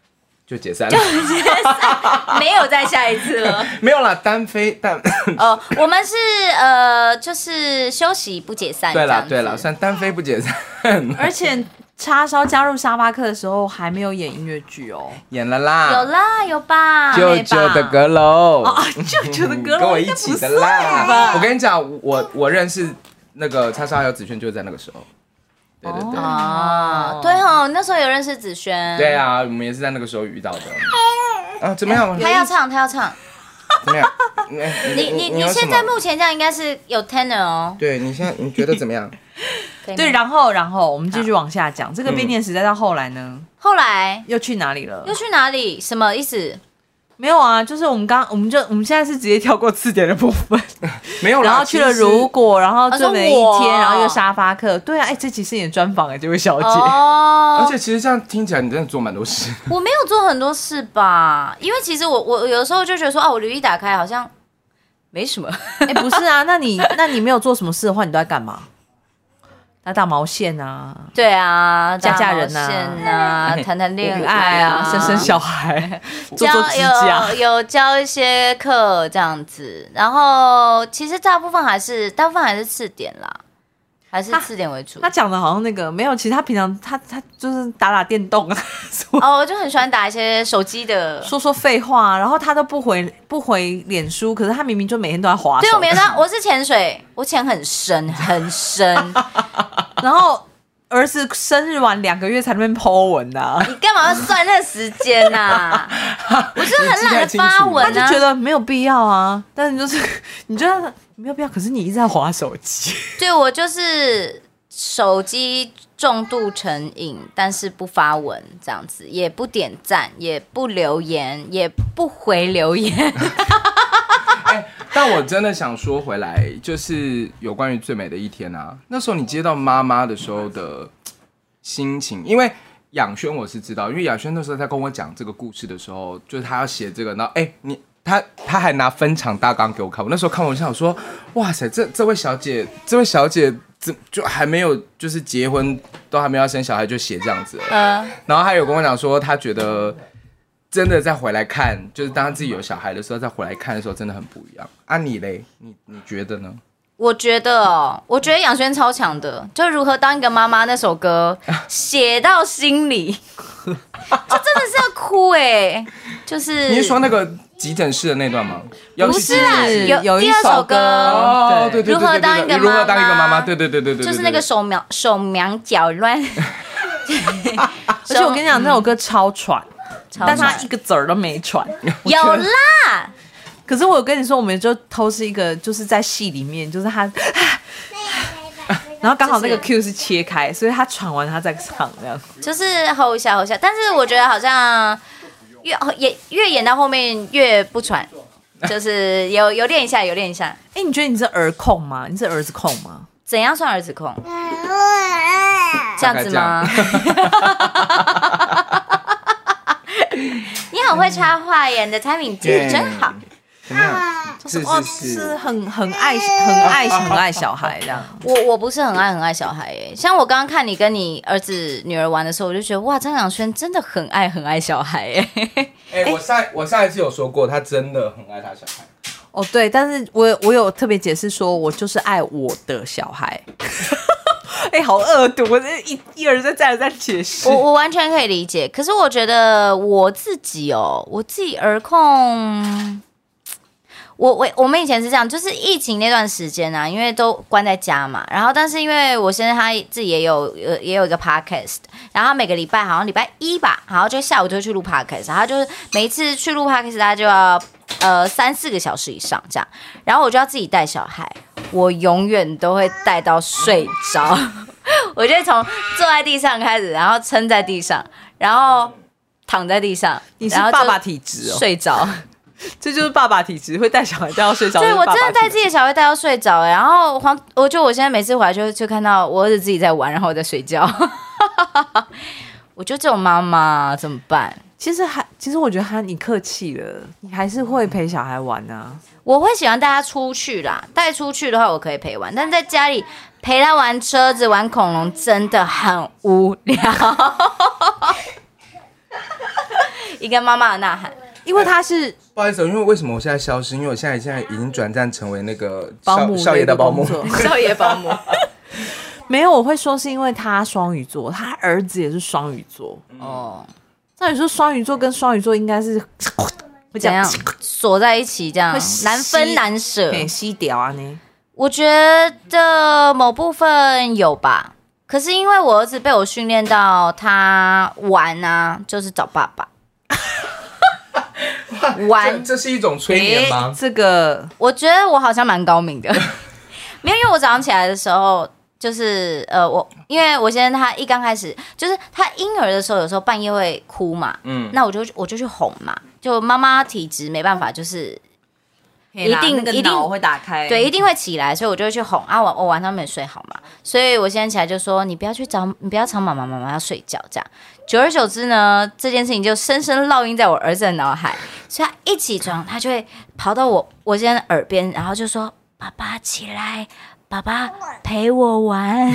就解散了， 就解散，没有再下一次了。 没有啦，单飞但哦，我们是呃，就是休息不解散。 对啦对啦，算单飞不解散。 而且叉烧加入沙发客的时候还没有演音乐剧哦， 演了啦， 有啦有吧？ 舅舅的阁楼， 哦，舅舅的阁楼跟我一起的啦。我跟你讲，我我认识那个叉烧还有子轩就是在那个时候。对对对， 哦，对哦，那时候有认识子轩。 对啊，我们也是在那个时候遇到的。啊，怎么样？ 他要唱，他要唱。 怎么样？ 你你你现在目前这样应该是有 tenor 哦。 对你现在你觉得怎么样？ 对，然后然后我们继续往下讲，这个变电时代到后来呢？ 后来又去哪里了？ 又去哪里？什么意思？ 没有啊，就是我们刚我们就我们现在是直接跳过字典的部分， 没有啦， 然后去了如果，然后最美一天， 啊、 然后又沙发客，对啊，哎，这集是你的专访哎，这位小姐。 哦， 而且其实这样听起来，你真的做蛮多事。 我没有做很多事吧，因为其实我我有的时候就觉得说，啊，我履历打开好像没什么。 哎，不是啊，那你那你没有做什么事的话，你都在干嘛？打打毛线啊， 对啊， 嫁嫁人啊，谈谈恋爱啊， 生生小孩，做做指甲， 有有教一些课这样子。然后其实大部分还是大部分还是字典啦，还是字典为主。 他讲的好像那个没有，其实他平常他他就是打打电动啊， 哦，我就很喜欢打一些手机的， 说说废话，然后他都不回不回脸书，可是他明明就每天都在滑手。 对，我每天我是潜水，我潜很深很深。 然后儿子生日完两个月才那边 po 文啊， 你干嘛要算那个时间啊？我就很懒得发文啊， 他就觉得没有必要啊。但是就是你觉得没有必要，可是你一直在滑手机。 对，我就是手机重度成瘾，但是不发文这样子，也不点赞，也不留言，也不回留言。 欸、但我真的想说回来，就是有关于最美的一天啊。那时候你接到妈妈的时候的心情，因为养轩我是知道，因为养轩那时候在跟我讲这个故事的时候，就是他要写这个，然后哎、欸，你他他还拿分场大纲给我看，我那时候看我就想说，哇塞，这这位小姐，这位小姐这就还没有就是结婚，都还没有要生小孩就写这样子了。嗯，然后他有跟我讲说，他觉得。真的再回来看，就是当自己有小孩的时候再回来看的时候，真的很不一样。啊你嘞，你你觉得呢？ 我觉得哦，我觉得杨轩超强的，就如何当一个妈妈那首歌写到心里，就真的是要哭哎、欸，就是你是说那个急诊室的那段吗？ 不是啊，有有第二首歌哦，对对对， 如何当一个如何当一个妈妈，对对对对对， 就是那个手苗手苗脚乱。 而且我跟你讲，那首歌超喘。但他一个子儿都没喘， 有啦。 可是我跟你说，我们就偷是一个，就是在戏里面，就是他，然后刚好那个 Q 是切开，所以他喘完他再唱这样， 就是吼一下吼一下。但是我觉得好像越演越演到后面越不喘，就是有有练一下，有练一下。 哎，你觉得你是儿控吗？你是儿子控吗？ 怎样算儿子控？这样子吗？你很会插话耶，你的 timing 记得真好。 怎么样？ 是是是，很很爱很爱很爱小孩这样。 我我不是很爱很爱小孩耶，像我刚刚看你跟你儿子女儿玩的时候，我就觉得哇，张养轩真的很爱很爱小孩耶。 哎、欸，我上我上一次有说过，他真的很爱他小孩。 哦，对，但是我我有特别解释说，我就是爱我的小孩。哎、欸，好恶毒！我一一而再再而再解释。 我我完全可以理解，可是我觉得我自己哦，我自己儿控，我我我们以前是这样，就是疫情那段时间啊，因为都关在家嘛，然后但是因为我现在他自己也有也有一个 podcast， 然后他每个礼拜好像礼拜一吧，然后就下午就会去录 podcast， 然后就是每一次去录 podcast， 他就要呃三四个小时以上这样，然后我就要自己带小孩。我永远都会带到睡着，我就会从坐在地上开始，然后撑在地上，然后躺在地上。 你是爸爸体质哦， 睡着， 这就是爸爸体质，会带小孩带到睡着。 对，我真的带自己的小孩带到睡着，然后黄，我就我现在每次回来就就看到我儿子自己在玩，然后我在睡觉。我就这种妈妈怎么办？ 其实还，其实我觉得他你客气了，你还是会陪小孩玩啊。 我会喜欢带他出去啦，带出去的话我可以陪玩，但是在家里陪他玩车子、玩恐龙真的很无聊。 一个妈妈的呐喊。 因为他是不好意思，因为为什么我现在消失？因为我现在现在已经转战成为那个保姆少爷的保姆， 少爷保姆。 没有，我会说是因为他双鱼座，他儿子也是双鱼座。 哦， 照理说双鱼座跟双鱼座应该是会怎样锁在一起，这样难分难舍， 很吸屌啊呢。 我觉得某部分有吧，可是因为我儿子被我训练到他玩啊，就是找爸爸。玩这，这是一种催眠吗？ 欸、这个我觉得我好像蛮高明的，没有，因为我早上起来的时候，就是呃，我因为我先生他一刚开始就是他婴儿的时候，有时候半夜会哭嘛，嗯，那我就我就去哄嘛，就妈妈体质没办法，就是一定、 那个、 一定会打开， 对，一定会起来，所以我就会去哄啊，我我晚上没睡好嘛，所以我现在起来就说你不要去找，你不要吵妈妈，妈妈要睡觉这样。久而久之呢，这件事情就深深烙印在我儿子的脑海，所以他一起床，他就会跑到我我现在耳边，然后就说：“爸爸起来，爸爸陪我玩。”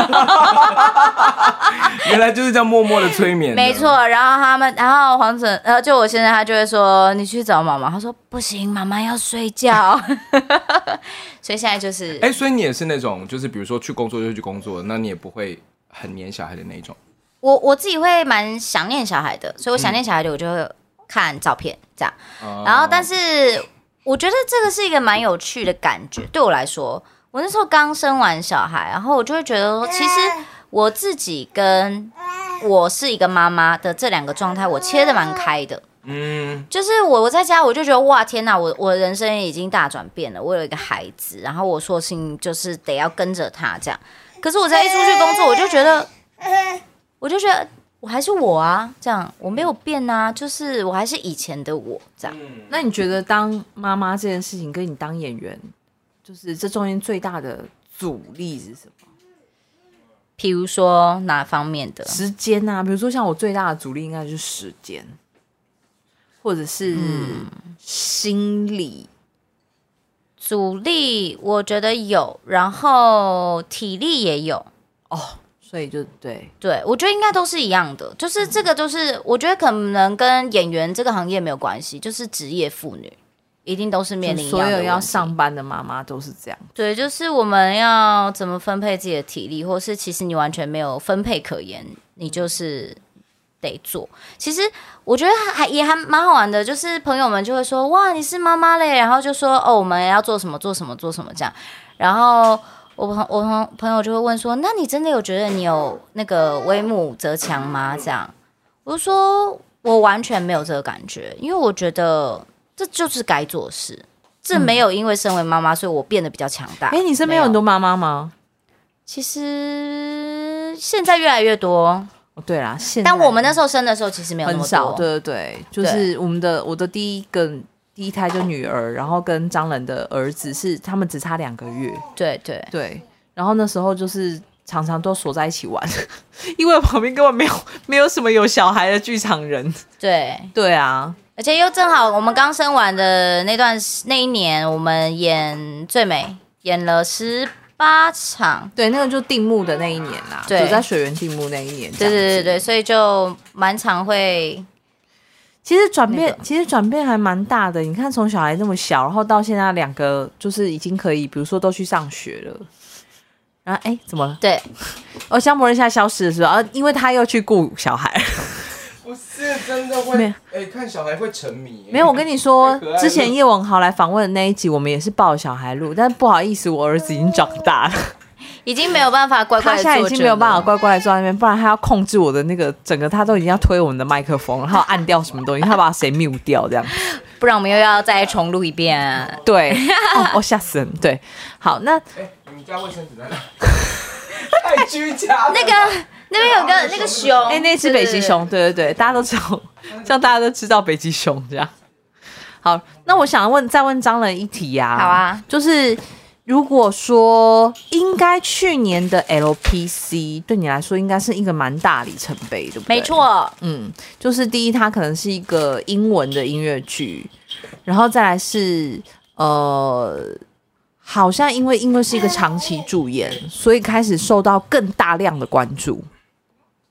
原来就是这样默默的催眠。 没错，然后他们，然后黄准，呃，就我现在他就会说：“你去找妈妈。”他说：“不行，妈妈要睡觉。”所以现在就是， 哎、欸，所以你也是那种，就是比如说去工作就去工作，那你也不会很黏小孩的那种。 我我自己会蛮想念小孩的，所以我想念小孩的，我就会看照片这样。嗯、然后，但是我觉得这个是一个蛮有趣的感觉，对我来说，我那时候刚生完小孩，然后我就会觉得说，其实我自己跟我是一个妈妈的这两个状态，我切得蛮开的。嗯，就是我我在家，我就觉得哇天哪，我我人生已经大转变了。我有一个孩子，然后我说的事情就是得要跟着他这样。可是我在一出去工作，我就觉得。我就觉得我还是我啊，这样我没有变啊，就是我还是以前的我这样。 嗯、那你觉得当妈妈这件事情跟你当演员，就是这中间最大的阻力是什么？ 比如说哪方面的？ 时间啊，比如说像我最大的阻力应该就是时间，或者是心理、嗯、 阻力，我觉得有，然后体力也有哦。所以就对对，我觉得应该都是一样的，就是这个都是我觉得可能跟演员这个行业没有关系，就是职业妇女一定都是面临一样的问题， 所有要上班的妈妈都是这样。 对，就是我们要怎么分配自己的体力，或是其实你完全没有分配可言，你就是得做。其实我觉得还也还蛮好玩的，就是朋友们就会说哇你是妈妈嘞，然后就说哦我们要做什么做什么做什么这样，然后。我朋我朋友就会问说，那你真的有觉得你有那个为母则强吗？这样，我就说我完全没有这个感觉，因为我觉得这就是该做的事，这没有因为身为妈妈，所以我变得比较强大。 哎、欸，你身边有很多妈妈吗？ 其实现在越来越多。 哦，对啦，现在但我们那时候生的时候其实没有那么多， 很少。对对对，就是我们的我的第一个。第一胎就女儿，然后跟张仁的儿子是他们只差两个月， 对对对，然后那时候就是常常都锁在一起玩，因为旁边根本没有没有什么有小孩的剧场人， 对对啊， 而且又正好我们刚生完的那段那一年，我们演最美演了十八场， 对，那个就定幕的那一年啦， 对， 走在水源定幕那一年， 对对对对，所以就蛮常会。 其实转变， 那個、 其实转变还蛮大的。你看，从小孩那么小，然后到现在两个就是已经可以，比如说都去上学了。然后哎，怎么了？ 对， 哦，香博人现在消失的时候，啊，因为他又去顾小孩。 不是真的会，哎、欸，看小孩会沉迷。 没有，我跟你说，之前叶文豪来访问的那一集，我们也是抱小孩录，但是不好意思，我儿子已经长大了。 已经没有办法乖乖的坐着了， 他现在已经没有办法乖乖的坐在那边，不然他要控制我的那个整个，他都已经要推我们的麦克风，然后按掉什么东西，他把谁 mute 掉这样， 不然我们又要再重录一遍、啊。 对，哦，我吓死人。对，好，那哎、欸，你们家卫生纸在哪？太居家了。 那个那边有个那个熊， 哎、欸，那只北极熊，对对对，大家都知道，这样大家都知道北极熊这样。好，那我想问，再问张仁一题呀、啊。 好啊， 就是。如果说应该去年的 L P C 对你来说应该是一个蛮大里程碑，对不对？ 没错， 嗯，就是第一，它可能是一个英文的音乐剧，然后再来是呃，好像因为因为是一个长期驻演，所以开始受到更大量的关注。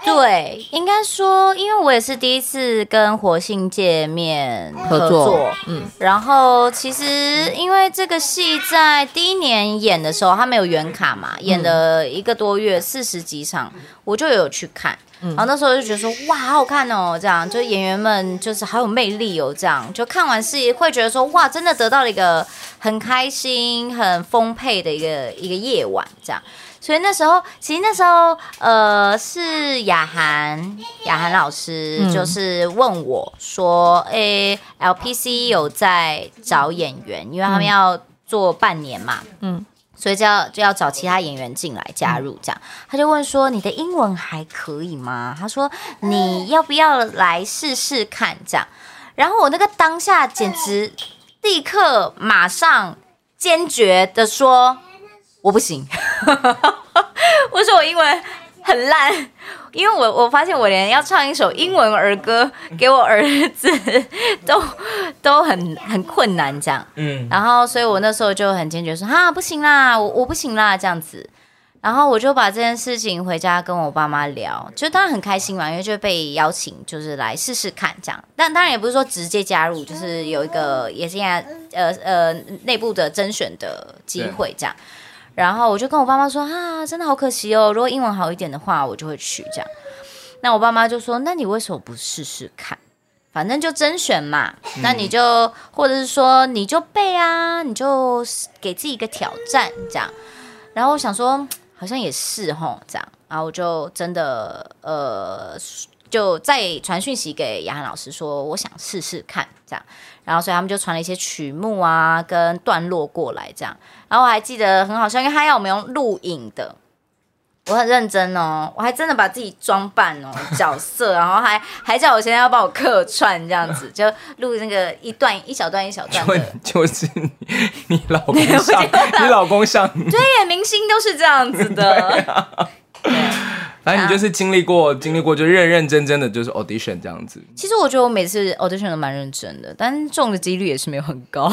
对，应该说，因为我也是第一次跟活性界面合作，嗯，然后其实因为这个戏在第一年演的时候，他没有原卡嘛，演了一个多月，四十几场，我就有去看。然后那时候就觉得说哇好好看哦，这样就演员们就是好有魅力哦，这样就看完戏会觉得说哇真的得到了一个很开心很丰沛的一个一个夜晚这样。所以那时候其实那时候呃是雅涵雅涵老师就是问我说诶 L P C 有在找演员，因为他们要做半年嘛，嗯。所以就要就要找其他演员进来加入，这样他就问说：“你的英文还可以吗？”他说：“你要不要来试试看？”这样，然后我那个当下简直立刻马上坚决的说：“我不行。”我说我英文很烂，因为我我发现我连要唱一首英文儿歌给我儿子都都很很困难这样，嗯，然后所以我那时候就很坚决说哈不行啦，我我不行啦这样子，然后我就把这件事情回家跟我爸妈聊，就当然很开心嘛，因为就被邀请就是来试试看这样，但当然也不是说直接加入，就是有一个也是现在呃呃内部的甄选的机会这样。然后我就跟我爸妈说啊，真的好可惜哦，如果英文好一点的话，我就会去这样。那我爸妈就说，那你为什么不试试看？反正就甄选嘛，那你就或者是说你就背啊，你就给自己一个挑战这样。然后我想说，好像也是吼这样，然后我就真的呃，就再传讯息给雅涵老师说，我想试试看这样。然后所以他们就传了一些曲目啊跟段落过来这样，然后我还记得很好笑，因为他要我们用录影的，我很认真哦，我还真的把自己装扮哦角色，然后还还叫我现在要帮我客串这样子，就录那个一段一小段一小段的， 就就是你你老公像你老公像， 对耶，明星都是这样子的。对反正你就是经历过，经历过就认认真真的就是 audition 这样子。 其实我觉得我每次 audition 都蛮认真的，但中的几率也是没有很高。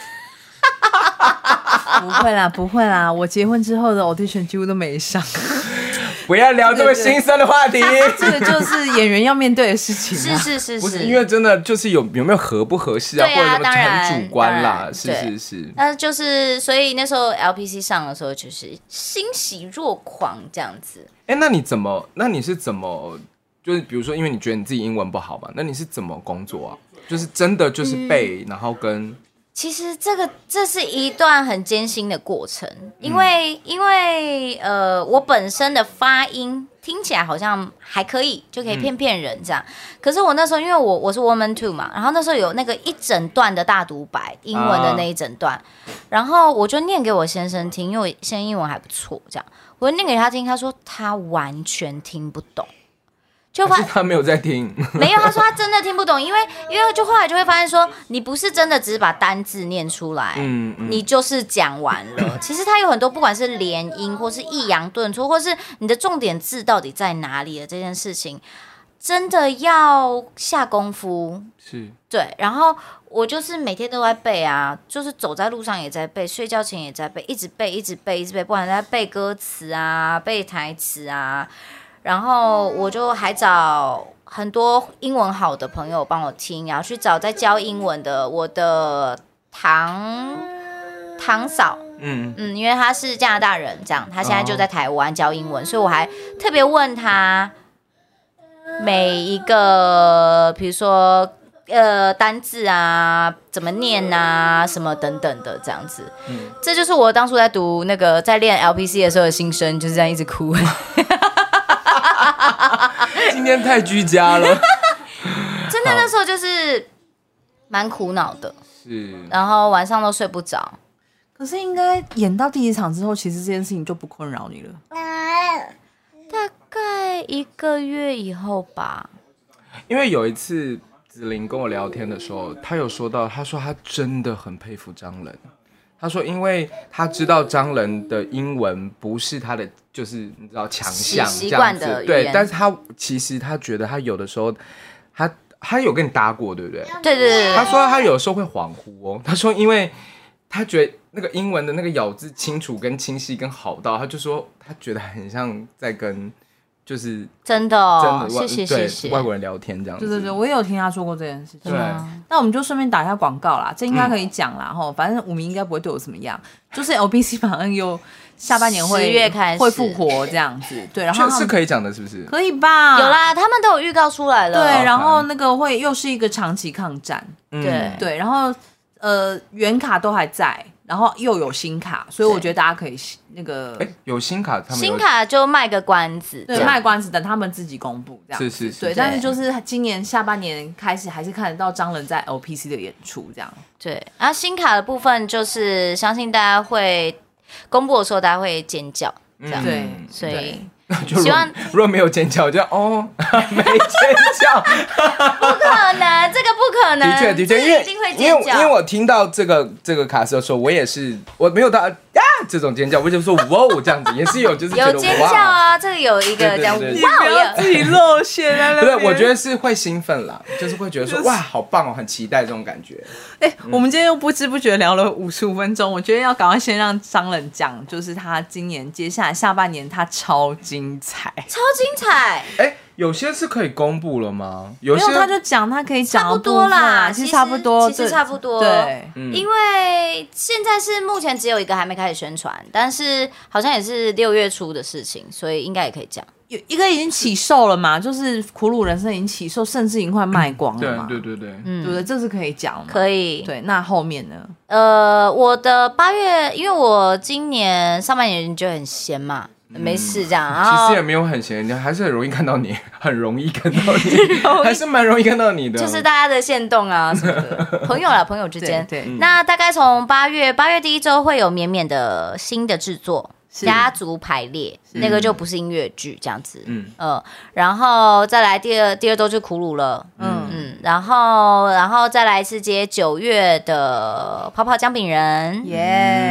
不会啦，不会啦，我结婚之后的 audition 几乎都没上。 不要聊这么心酸的话题， 这个就是演员要面对的事情、 啊。是是是是， 不是因为真的就是有有没有合不合适啊， 啊或者很主观啦， 是是是。 那就是所以那时候 L P C 上的时候，就是欣喜若狂这样子。 哎、欸，那你怎么？那你是怎么？就是比如说，因为你觉得你自己英文不好嘛，那你是怎么工作啊？就是真的就是背，嗯、然后跟。 其实这个这是一段很艰辛的过程，因为、嗯、因为呃，我本身的发音听起来好像还可以，就可以骗骗人这样。嗯、可是我那时候因为我我是 woman two 嘛，然后那时候有那个一整段的大独白，英文的那一整段，啊、然后我就念给我先生听，因为我先生英文还不错，这样我就念给他听，他说他完全听不懂。 就发他没有在听， 没有，他说他真的听不懂，因为因为就后来就会发现说，你不是真的只是把单字念出来，嗯嗯、你就是讲完了。其实它有很多，不管是连音或是抑扬顿挫，或是你的重点字到底在哪里的这件事情，真的要下功夫。 是， 对。然后我就是每天都在背啊，就是走在路上也在背，睡觉前也在背，一直背，一直背，一直背，不管在背歌词啊，背台词啊。然后我就还找很多英文好的朋友帮我听，然后去找在教英文的我的堂堂嫂，嗯嗯，因为她是加拿大人，这样她现在就在台湾教英文，所以我还特别问她每一个，比如说呃单字啊，怎么念啊，什么等等的这样子。嗯，这就是我当初在读那个在练 L P C 的时候的心声，就是这样一直哭。 今天太居家了， 真的那时候就是蛮苦恼的， 是， 然后晚上都睡不着。 可是应该演到第一场之后，其实这件事情就不困扰你了。 大概一个月以后吧。 因为有一次子琳跟我聊天的时候，他有说到，他说他真的很佩服张仁。他说，因为他知道张仁的英文不是他的，就是你知道强项这样子，对。但是他其实他觉得他有的时候，他他有跟你搭过，对不对？ 对对对。 他说他有时候会恍惚哦。他说，因为他觉得那个英文的那个咬字清楚跟清晰跟好到，他就说他觉得很像在跟。 就是真的哦， 真的谢谢谢谢。 外国人聊天这样子。 对对对，我也有听他说过这件事情。 对， 那我们就顺便打一下广告啦，这应该可以讲啦哈、嗯，反正五名应该不会对我怎么样。就是 L B C 马上又下半年会十月开始会复活这样子，对，然后是可以讲的，是不是？ 可以吧？ 有啦，他们都有预告出来了。 对，然后那个会又是一个长期抗战， 嗯、 对对，然后呃原卡都还在。然后又有新卡，所以我觉得大家可以那个， 哎，有新卡，他们新卡就卖个关子， 对，卖关子，等他们自己公布这样。 是是是， 对，但是就是今年下半年开始，还是看得到张仁在 L P C 的演出这样。 对，然后新卡的部分就是相信大家会公布的时候，大家会尖叫，这样、 嗯、对， 所以。 就希望如果没有尖叫，就哦没尖叫， 不可能，这个不可能。 的确的确，因为一定会因尖叫。 为因为我听到这个这个卡斯的时候，我也是我没有到啊这种尖叫，我就说哇哦这样子，也是有就是觉得有尖叫啊，这个有一个这样哇哦， 自己露馅在那边。 不是，我觉得是会兴奋啦，就是会觉得说哇好棒哦，很期待这种感觉。 哎、欸嗯，我们今天又不知不觉聊了五十五分钟，我觉得要赶快先让张仁讲，就是他今年接下来下半年他超精彩， 超精彩。 哎、欸，有些是可以公布了吗？有些没有，他就讲他可以讲差不多啦， 其实差不多， 其实差不多。 对、 嗯，因为现在是目前只有一个还没开始宣传，但是好像也是六月初的事情，所以应该也可以讲。 有一个已经起售了嘛，就是苦鲁人生已经起售，甚至已经快卖光了嘛。 对对对对， 嗯，对不对？这是可以讲吗？ 可以。 对，那后面呢？ 呃，我的八月，因为我今年上半年就很闲嘛。没事，这样、嗯，然后其实也没有很闲，你还是很容易看到你，很容易看到你，还是蛮容易看到你的， 就是大家的限动啊什么的，朋友啦，朋友之间。 对，对那大概从八月八月第一周会有绵绵的新的制作。家族排列那个就不是音乐剧这样子，嗯呃，然后再来第二第二周就苦鲁了，嗯嗯，然后然后再来是接九月的泡泡姜饼人， 耶、yeah ，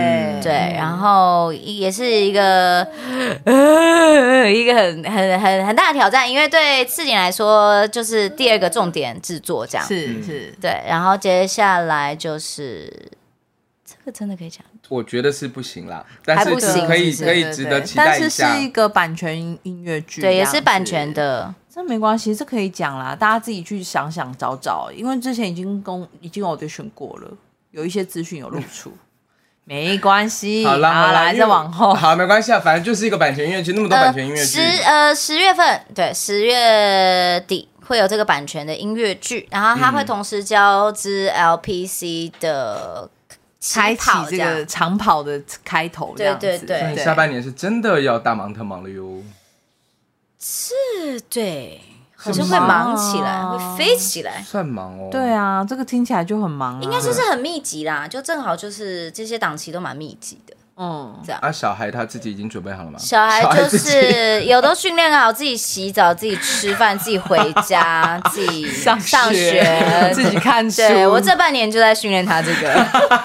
对，然后也是一个、呃、一个很很很很大的挑战，因为对刺锦来说就是第二个重点制作这样， 是是， 对，然后接下来就是这个真的可以讲。 我觉得是不行啦，但是可以可以值得期待一下。 但是是一个版权音乐剧， 对，也是版权的， 这没关系，这可以讲啦，大家自己去想想找找，因为之前已经公已经 audition 过了，有一些资讯有露出，没关系。 好啦好啦， 再往后， 好没关系啊，反正就是一个版权音乐剧，那么多版权音乐剧， 呃十呃十月份，对，十月底。会有这个版权的音乐剧，然后它会同时交织 L P C 的开启这个长跑的开头，这样子。 对对对， 下半年是真的要大忙特忙了哟。 是，对，好像会忙起来，会飞起来， 算忙哦。 对啊，这个听起来就很忙啊。 应该说是很密集啦，就正好就是这些档期都蛮密集的。 嗯， 这样啊，小孩他自己已经准备好了吗？ 小孩就是有都训练好，自己洗澡，自己吃饭，自己回家，自己上上学， 自己看书。 对，我这半年就在训练他这个。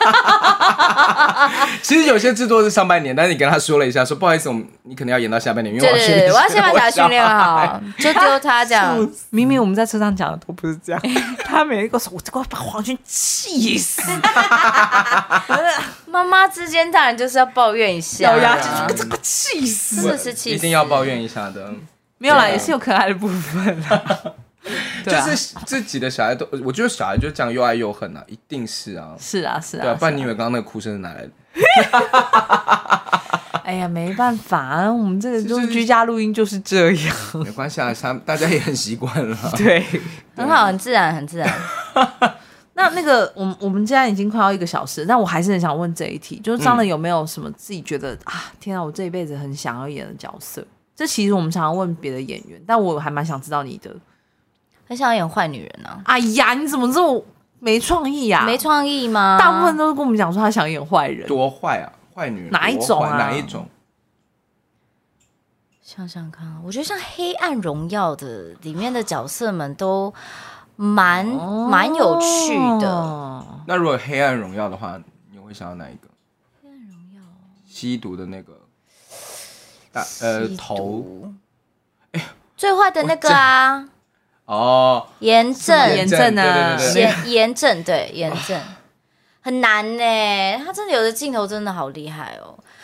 其实有些制作是上半年，但是你跟他说了一下，说不好意思，我们你可能要延到下半年，因为我要训练， 我要先把小孩训练好，就丢他这样。 明明我们在车上讲的都不是这样，他每一个说，我这个把黄轩气死。 妈妈之间当然就是要抱怨一下， 咬牙就这个气死， 真的是气死， 一定要抱怨一下的。 没有啦，也是有可爱的部分啦。 就是自己的小孩都，我觉得小孩就这样又爱又恨啊，一定是啊。 是啊是啊， 对啊，不然你以为刚刚那个哭声是哪来的？ 哎呀，没办法，我们这个就是居家录音就是这样。 没关系啊，大家也很习惯了。 对， 很好，很自然，很自然。 那那个，我们我们现在已经快要一个小时，但我还是很想问这一题，就是张仁有没有什么自己觉得、嗯、啊，天啊，我这一辈子很想要演的角色？这其实我们常常问别的演员，但我还蛮想知道你的。 很想要演坏女人啊！ 哎呀，你怎么这么没创意呀、啊？ 没创意吗？ 大部分都是跟我们讲说他想演坏人， 多坏啊！坏女人哪一种啊？ 哪一种？ 想想看，我觉得像《黑暗荣耀》的里面的角色们都蛮蛮、哦、有趣的。 那如果《黑暗荣耀》的话，你会想要哪一个？ 黑暗荣耀， 吸毒的那个，大呃头， 哎，最坏的那个啊。 哦， 严正， 严正啊， 严严正，对，严正很难呢。他真的有的镜头真的好厉害哦。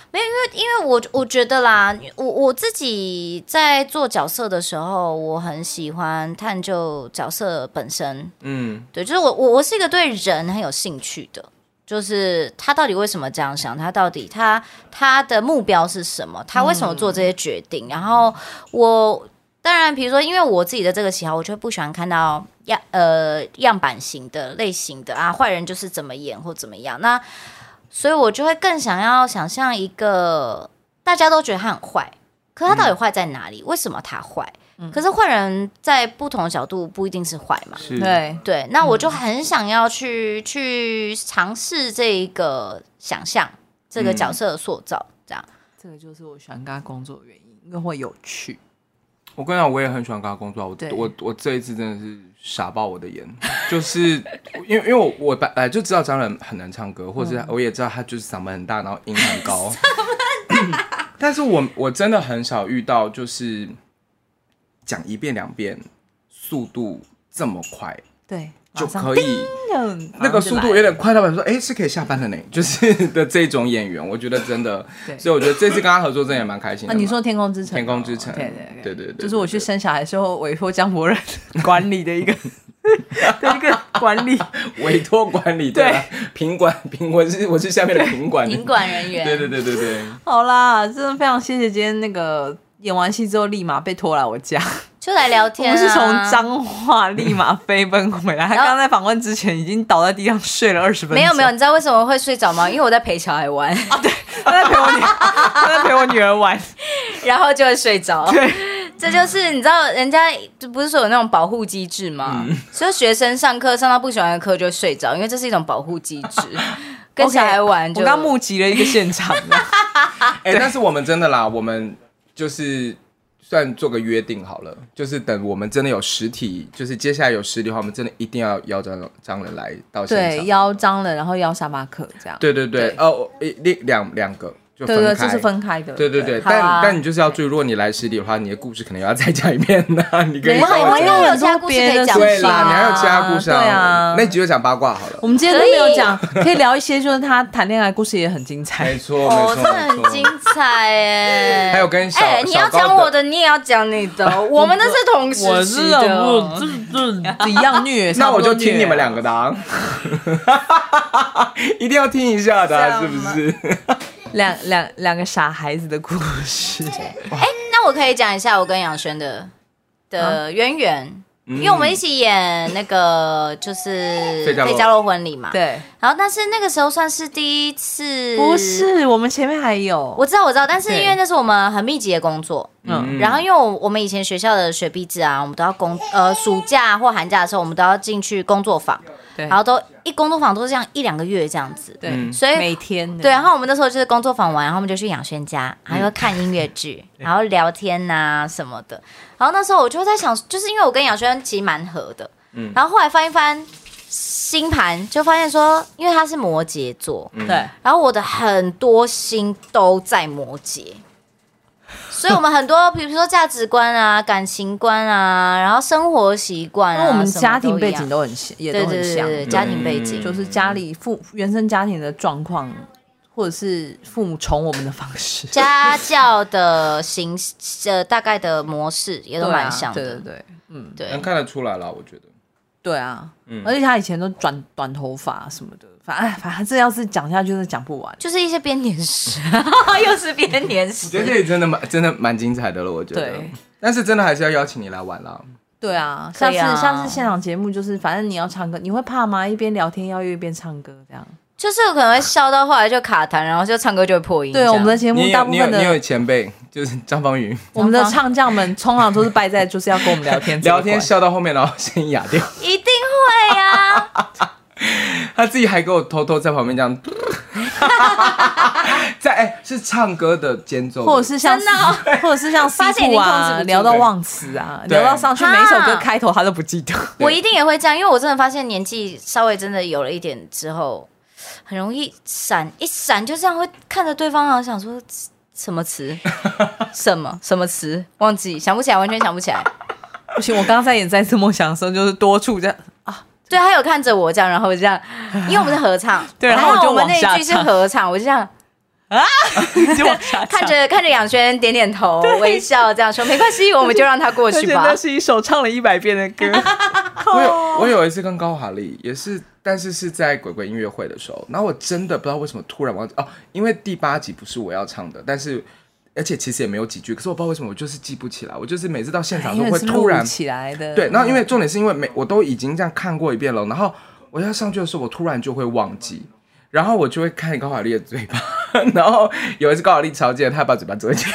没有，因为因为我我觉得啦，我我自己在做角色的时候，我很喜欢探究角色本身。嗯，对，就是我我我是一个对人很有兴趣的，就是他到底为什么这样想，他到底他他的目标是什么，他为什么做这些决定，嗯、然后我。当然，比如说，因为我自己的这个喜好，我就不喜欢看到样呃样板型的类型的啊，坏人就是怎么演或怎么样。那所以，我就会更想要想象一个大家都觉得他很坏，可他到底坏在哪里？嗯、为什么他坏？嗯、可是坏人在不同的角度不一定是坏嘛。对对，那我就很想要去、嗯、去尝试这一个想象，这个角色的塑造，这样。 这个就是我喜欢跟他工作的原因，因为会有趣。 我跟你讲，我也很喜欢跟他工作。我我我这一次真的是傻爆我的眼，就是因为因为我我本来就知道张仁很难唱歌，或者是我也知道他就是嗓门很大，然后音很高。但是我我真的很少遇到就是讲一遍两遍，速度这么快， 对， 就可以那个速度有点快到说，哎、欸，是可以下班了呢，就是的这种演员，我觉得真的，所以我觉得这次跟他合作真的也蛮开心的。 啊，你说《天空之城》？《 天空之城》 对对对对对， 就是我去生小孩的时候委托江博仁管理的一个的一个管理， 委托管理对品管品我是我是下面的品管品管人员， 对对对对对。 好啦，真的非常谢谢今天那个演完戏之后立马被拖来我家。 就来聊天、啊， 我们是从彰化立马飞奔回来。他刚刚在访问之前已经倒在地上睡了二十分钟。 没有没有，你知道为什么会睡着吗？因为我在陪小孩玩啊，对，他在陪我女，他在陪我女儿玩， 然后就会睡着。 对， 这就是你知道，人家不是说有那种保护机制吗？嗯、所以学生上课上到不喜欢的课就会睡着，因为这是一种保护机制。跟小孩玩就， okay, 我刚目击了一个现场。 哎、欸，但是我们真的啦，我们就是。算做个约定好了，就是等我们真的有实体，就是接下来有实体的话，我们真的一定要邀张张仁来到现场。 对，邀张仁，然后邀沙巴克这样。 对对对，哦，两两两个就分开， 对对，这是分开的。 对对对，但、啊、但你就是要注意，如果你来实体的话，你的故事可能要再讲一遍呢。你可以， 我们应该有其他故事可以讲。 对啦，你还有其他故事啊？ 对啊， 那集就讲八卦好了。 我们今天都没有讲，可以聊一些，就是他谈恋爱故事也很精彩。 没错， 哦，真的很精彩哎。 还有跟小， 哎，你要讲我的，你也要讲你的，我们那是同时我是我这一样虐， 那我就听你们两个的啊，一定要听一下的，是不是？ 两两两个傻孩子的故事。哎、 欸，那我可以讲一下我跟杨轩的的渊源、嗯，因为我们一起演那个就是《费加罗婚礼》嘛。 对。 然后，但是那个时候算是第一次。 不是，我们前面还有。 我知道，我知道，但是因为那是我们很密集的工作，嗯，然后因为我我们以前学校的学毕制啊，我们都要工呃暑假或寒假的时候，我们都要进去工作坊。然后都一工作坊都是这样一两个月这样子， 对， 嗯、所以每天对。然后我们那时候就是工作坊完，然后我们就去养轩家，然后又看音乐剧，嗯、然后聊天呐、啊、什么的。然后那时候我就在想，就是因为我跟养轩其实蛮合的，嗯。然后后来翻一翻星盘，就发现说，因为他是摩羯座， 对、嗯。 然后我的很多星都在摩羯。所以我们很多，比如说价值观啊、感情观啊，然后生活习惯啊， 因为我们家庭背景都很像，也都很像。 对对对，家庭背景、 嗯、就是家里父原生家庭的状况，或者是父母宠我们的方式， 家教的形呃大概的模式也都蛮像的。 对、啊、对对，嗯， 对，能看得出来啦，我觉得。 对啊，嗯，而且他以前都短短头发什么的，反正反正这要是讲下去就是讲不完， 就是一些编年史，又是编年史。 我觉得这里真的蛮真的蛮精彩的了，我觉得。对，但是真的还是要邀请你来玩啦。 对啊，下次、啊、下次现场节目就是反正你要唱歌，你会怕吗？一边聊天要一边唱歌这样。 就是有可能会笑到后来就卡痰，然后就唱歌就会破音。 对，我们的节目大部分的你 有, 你有前辈就是张方宇， 我们的唱将们通常都是败在就是要跟我们聊天， 聊天笑到后面然后声音哑掉， 一定会呀、啊。 他自己还给我偷偷在旁边这样，在哎、欸、是唱歌的间奏， 或者是像、哦、或者是像西部啊，聊到忘词啊，聊到上去每一首歌开头他都不记得。 我一定也会这样，因为我真的发现年纪稍微真的有了一点之后。很容易闪，一闪就这样会看着对方，然后想说什么词，什么什么词，忘记想不起来，完全想不起来。 不行，我刚刚在演《再次梦想》的时候，就是多处这样啊， 对，他有看着我这样，然后这样，因为我们是合唱， 对，然后我就往下唱， 我们那一句是合唱，我就这样， 啊，就往下看着看着杨轩点点头，微笑这样说没关系，我们就让他过去吧。 那是一首唱了一百遍的歌。 我有我有一次跟高华丽也是，但是是在鬼鬼音乐会的时候，然后我真的不知道为什么突然忘记哦，因为第八集不是我要唱的，但是而且其实也没有几句，可是我不知道为什么我就是记不起来，我就是每次到现场都会突然起来的。 对，然后因为重点是因为每我都已经这样看过一遍了，然后我要上去的时候，我突然就会忘记。然后我就会看高华丽的嘴巴，然后有一次高华丽超贱，她把嘴巴遮起来，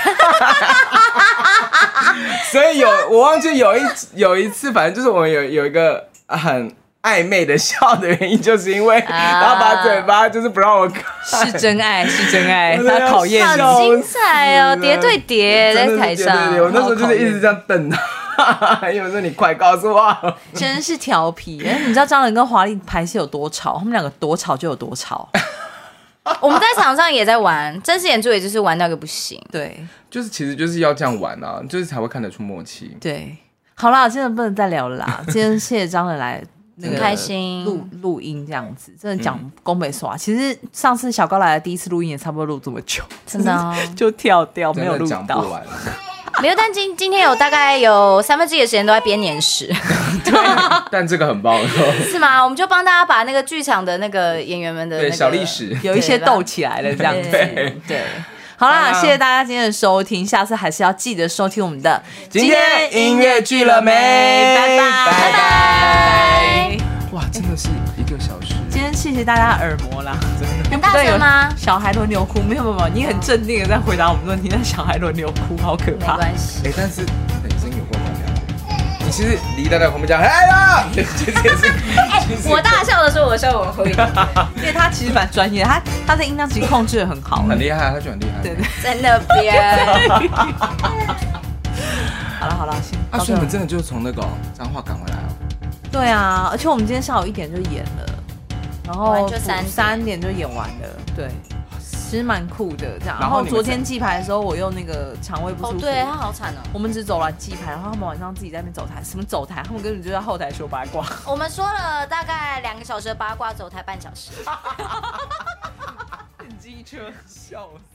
所以有我忘记有一有一次，反正就是我们有有一个很暧昧的笑的原因，就是因为她把嘴巴就是不让我看， 是真爱，是真爱，她考验你， 好精彩哦，叠对叠在台上， 对对对，我那时候就是一直这样瞪她。因为说你快告诉我， 真是调皮。哎，你知道张仁跟华丽排戏有多吵？他们两个多吵就有多吵。 我们在场上也在玩，正式演出也就是玩到个不行。 对， 就是其实就是要这样玩啊，就是才会看得出默契。 对，好啦，真的不能再聊了啦。今天谢谢张仁来。那个开心录录音这样子，真的讲宫北耍。其实上次小高来的第一次录音也差不多录这么久， 真的、哦、 就跳掉没有录到。 没有，但今今天有大概有三分之一的时间都在编年史。 对，但这个很棒， 是吗？我们就帮大家把那个剧场的那个演员们的、那个、 对小历史有一些斗起来了，这样子。 对。 对好啦，谢谢大家今天的收听，下次还是要记得收听我们的今天音乐剧了没？ 拜拜拜拜！ 哇，真的是一个小时。 今天谢谢大家耳膜啦， 真的很大声吗？ 小孩轮流哭，没有没有，你很镇定的在回答我们问题，但小孩轮流哭，好可怕。 没关系。 哎、欸，但是你的声音有够洪亮。你其实离大家旁边讲，哎呀，其实也是。 哎、欸，我大笑的时候，我笑我会， 因为他其实蛮专业的，他他的音量其实控制得很好， 很厉害，他就很厉害。 对对， 在那边。 好了好了，行。 啊，所以你们真的就是从那个彰化赶回来哦？ 对啊，而且我们今天下午一点就演了，然后就三三点就演完了，对。其实蛮酷的，这样。然后昨天记牌的时候，我用那个肠胃不舒服， 哦，对他好惨哦。 我们只走了记牌，然后他们晚上自己在那边走台，什么走台？他们根本就在后台说八卦。 我们说了大概两个小时的八卦，走台半小时。 很机车，笑死。